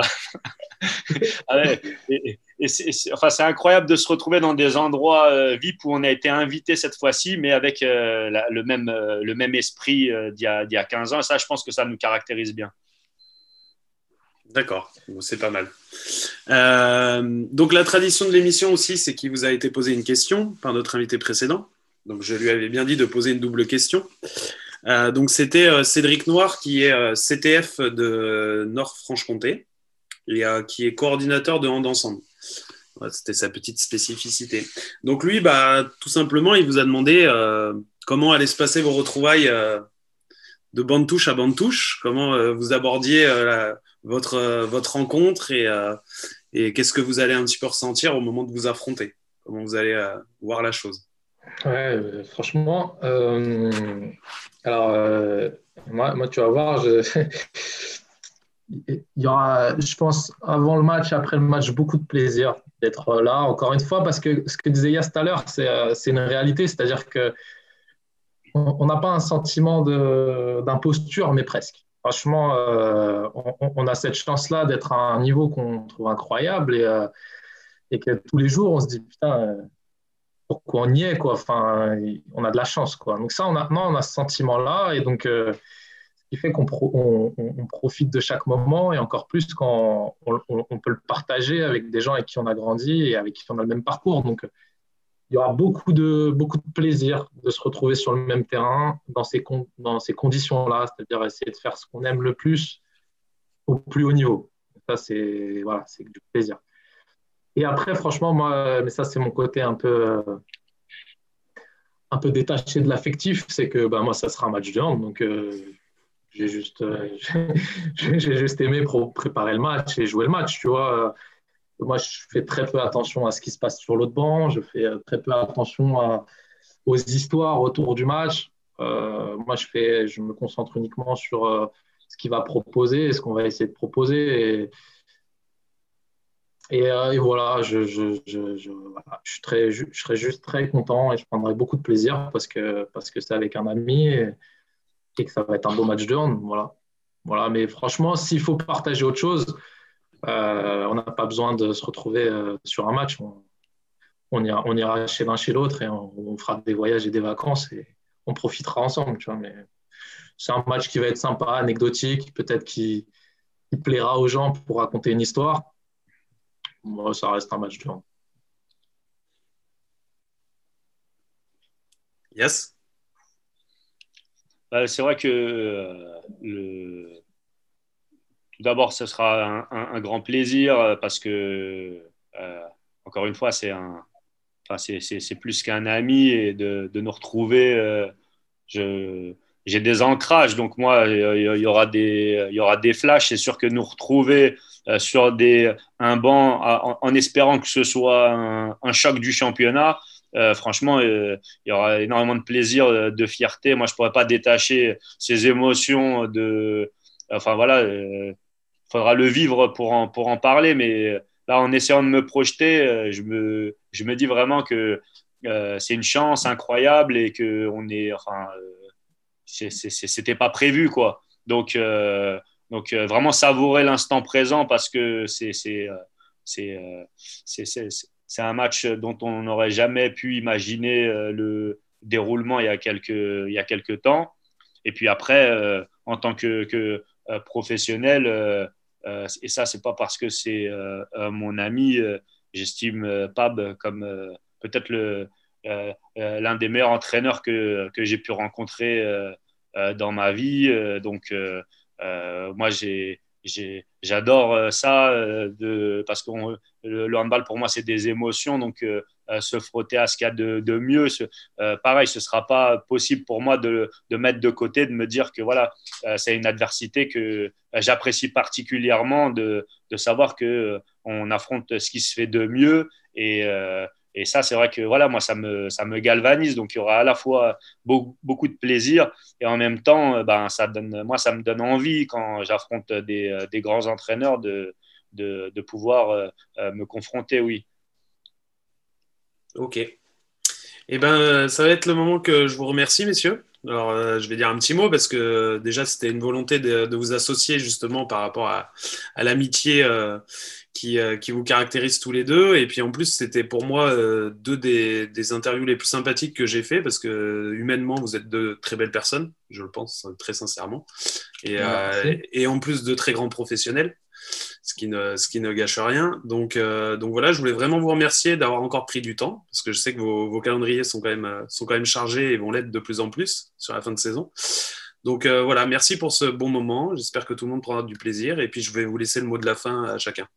et, et c'est, c'est, enfin, c'est incroyable de se retrouver dans des endroits euh, V I P où on a été invité cette fois-ci mais avec euh, la, le, même, euh, le même esprit euh, d'il, y a, d'il y a quinze ans et ça je pense que ça nous caractérise bien. D'accord, bon, c'est pas mal. Euh, donc la tradition de l'émission aussi c'est qu'il vous a été posé une question par notre invité précédent, donc je lui avais bien dit de poser une double question. Euh, donc c'était euh, Cédric Noir qui est euh, C T F de euh, Nord-Franche-Comté et euh, qui est coordinateur de Hand Ensemble. Ouais, c'était sa petite spécificité. Donc lui, bah, tout simplement, il vous a demandé euh, comment allaient se passer vos retrouvailles euh, de bande touche à bande touche, comment euh, vous abordiez euh, la, votre, euh, votre rencontre et, euh, et qu'est-ce que vous allez un petit peu ressentir au moment de vous affronter, comment vous allez euh, voir la chose. Ouais, euh, franchement, euh, alors euh, moi, moi, tu vas voir, je, il y aura, je pense, avant le match, après le match, beaucoup de plaisir d'être là, encore une fois, parce que ce que disait Yass tout à l'heure, c'est, euh, c'est une réalité, c'est-à-dire que on n'a pas un sentiment de, d'imposture, mais presque. Franchement, euh, on, on a cette chance-là d'être à un niveau qu'on trouve incroyable et, euh, et que tous les jours, on se dit, putain, euh, pourquoi on y est, quoi. Enfin, on a de la chance, quoi. Donc ça, on a, non, on a ce sentiment-là, et donc euh, ce qui fait qu'on pro- on, on- on profite de chaque moment, et encore plus quand on, on- on peut le partager avec des gens avec qui on a grandi et avec qui on a le même parcours. Donc il y aura beaucoup de, beaucoup de plaisir de se retrouver sur le même terrain dans ces, con- dans ces conditions-là, c'est-à-dire essayer de faire ce qu'on aime le plus au plus haut niveau. Ça, c'est voilà, c'est du plaisir. Et après, franchement, moi, mais ça, c'est mon côté un peu, euh, un peu détaché de l'affectif, c'est que bah, moi, ça sera un match de hand, donc euh, j'ai juste, euh, j'ai j'ai juste aimé pro- préparer le match et jouer le match, tu vois. Moi, je fais très peu attention à ce qui se passe sur l'autre banc, je fais euh, très peu attention à, aux histoires autour du match. Euh, moi, je fais, je me concentre uniquement sur euh, ce qu'il va proposer et ce qu'on va essayer de proposer. Et, et, euh, et voilà, je, je, je, je, voilà, je, suis très, je, je serais juste très content et je prendrai beaucoup de plaisir parce que, parce que c'est avec un ami et, et que ça va être un beau match de hand. Voilà. Voilà, mais franchement, s'il faut partager autre chose, euh, on n'a pas besoin de se retrouver euh, sur un match. On, on ira, on ira chez l'un chez l'autre et on, on fera des voyages et des vacances et on profitera ensemble, tu vois. Mais c'est un match qui va être sympa, anecdotique, peut-être qui, qui plaira aux gens pour raconter une histoire. Moi, ça reste un match de hand. Yes. Bah, c'est vrai que euh, le... tout d'abord, ce sera un, un- un grand plaisir euh, parce que, euh, encore une fois, c'est un, enfin, c'est, c'est, c'est plus qu'un ami et de, de nous retrouver. Euh, je, j'ai des ancrages, donc moi, il y, y aura des, il y aura des flashs. C'est sûr que nous retrouver euh, sur des, un banc en, en espérant que ce soit un, un choc du championnat. Euh, franchement, euh, il y aura énormément de plaisir, euh, de fierté. Moi, je pourrais pas détacher ces émotions de, enfin voilà, il faudra le vivre pour en, pour en parler, mais là, en essayant de me projeter, euh, je me, je me dis vraiment que euh, c'est une chance incroyable et que on est, enfin, euh, c'est- c'est- c'est- c'était pas prévu, quoi. Donc, euh, donc euh, vraiment savourer l'instant présent parce que c'est, c'est, euh, c'est, euh, c'est, c'est, c'est- c'est un match dont on n'aurait jamais pu imaginer euh, le déroulement il y a quelques, il y a quelques temps. Et puis après, euh, en tant que, que euh, professionnel, euh, euh, et ça, c'est pas parce que c'est euh, euh, mon ami, euh, j'estime euh, Pab comme euh, peut-être le, euh, euh, l'un des meilleurs entraîneurs que, que j'ai pu rencontrer euh, euh, dans ma vie. Euh, donc, euh, euh, moi, j'ai, j'ai, j'adore euh, ça euh, de, parce que le, le handball, pour moi, c'est des émotions. Donc, euh, euh, se frotter à ce qu'il y a de, de mieux. Ce, euh, pareil, ce ne sera pas possible pour moi de, de mettre de côté, de me dire que voilà, euh, c'est une adversité que euh, j'apprécie particulièrement, de, de savoir que euh, on affronte ce qui se fait de mieux. Et, euh, et ça, c'est vrai que voilà, moi, ça me, ça me galvanise. Donc, il y aura à la fois beaucoup, beaucoup de plaisir et en même temps, euh, ben, ça donne, moi, ça me donne envie quand j'affronte des, euh, des grands entraîneurs de, de, de pouvoir euh, euh, me confronter, oui. Ok. Eh ben, ça va être le moment que je vous remercie, messieurs. Alors, euh, je vais dire un petit mot parce que euh, déjà, c'était une volonté de, de vous associer justement par rapport à, à l'amitié euh, qui, euh, qui vous caractérise tous les deux. Et puis en plus, c'était pour moi euh, deux des, des interviews les plus sympathiques que j'ai fait parce que euh, humainement, vous êtes deux très belles personnes, je le pense très sincèrement. Et, euh, Merci. et en plus de très grands professionnels, ce qui ne, ce qui ne gâche rien. Donc, euh, donc voilà, je voulais vraiment vous remercier d'avoir encore pris du temps, parce que je sais que vos, vos calendriers sont quand, même, euh, sont quand même chargés et vont l'être de plus en plus sur la fin de saison. Donc euh, voilà, merci pour ce bon moment. J'espère que tout le monde prendra du plaisir. Et puis je vais vous laisser le mot de la fin à chacun.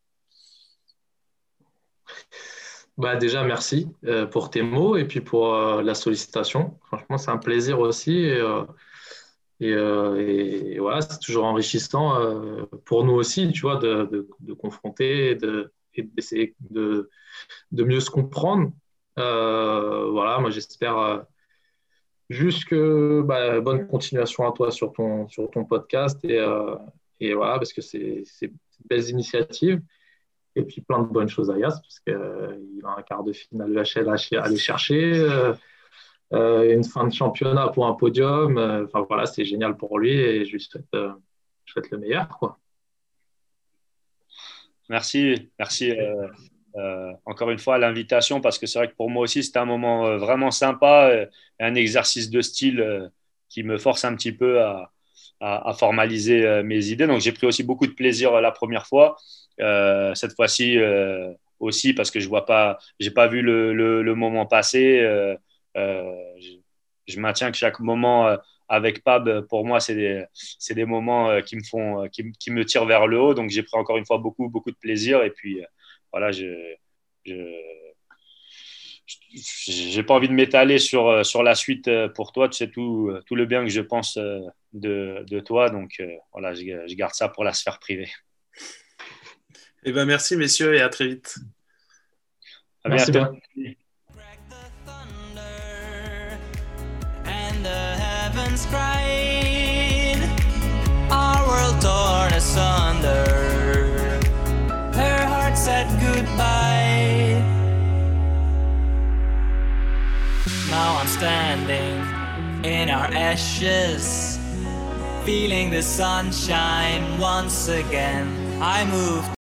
Bah, déjà, merci euh, pour tes mots et puis pour euh, la sollicitation. Franchement, c'est un plaisir aussi. Et, euh, et, euh, et voilà, c'est toujours enrichissant euh, pour nous aussi, tu vois, de, de, de confronter et de, et d'essayer de, de mieux se comprendre. Euh, voilà, moi, j'espère euh, juste que bah, bonne continuation à toi sur ton, sur ton podcast. Et, euh, et voilà, parce que c'est c'est de belles initiatives. Et puis plein de bonnes choses à Yas, parce qu'il euh, a un quart de finale U H L à aller chercher, euh, euh, une fin de championnat pour un podium. Euh, Enfin voilà, c'est génial pour lui et je lui souhaite, euh, je souhaite le meilleur, quoi. Merci, merci. Euh, euh, encore une fois l'invitation parce que c'est vrai que pour moi aussi c'était un moment euh, vraiment sympa, euh, un exercice de style euh, qui me force un petit peu à, à, à formaliser euh, mes idées. Donc j'ai pris aussi beaucoup de plaisir euh, la première fois. Euh, cette fois-ci euh, aussi parce que je vois pas, j'ai pas vu le, le, le moment passer. Euh, euh, je, je maintiens que chaque moment euh, avec Pab, pour moi, c'est des, c'est des moments euh, qui me font, euh, qui, qui me tirent vers le haut. Donc j'ai pris encore une fois beaucoup, beaucoup de plaisir. Et puis euh, voilà, je, je, j'ai pas envie de m'étaler sur, sur la suite pour toi. Tu sais tout, tout le bien que je pense de, de toi. Donc euh, voilà, je, je garde ça pour la sphère privée. Eh ben, merci, messieurs, et à très vite. À Merci bientôt. bien. And the heavens cried, our world torn asunder. Her heart said goodbye. Now I'm standing in our ashes, feeling the sunshine once again. I moved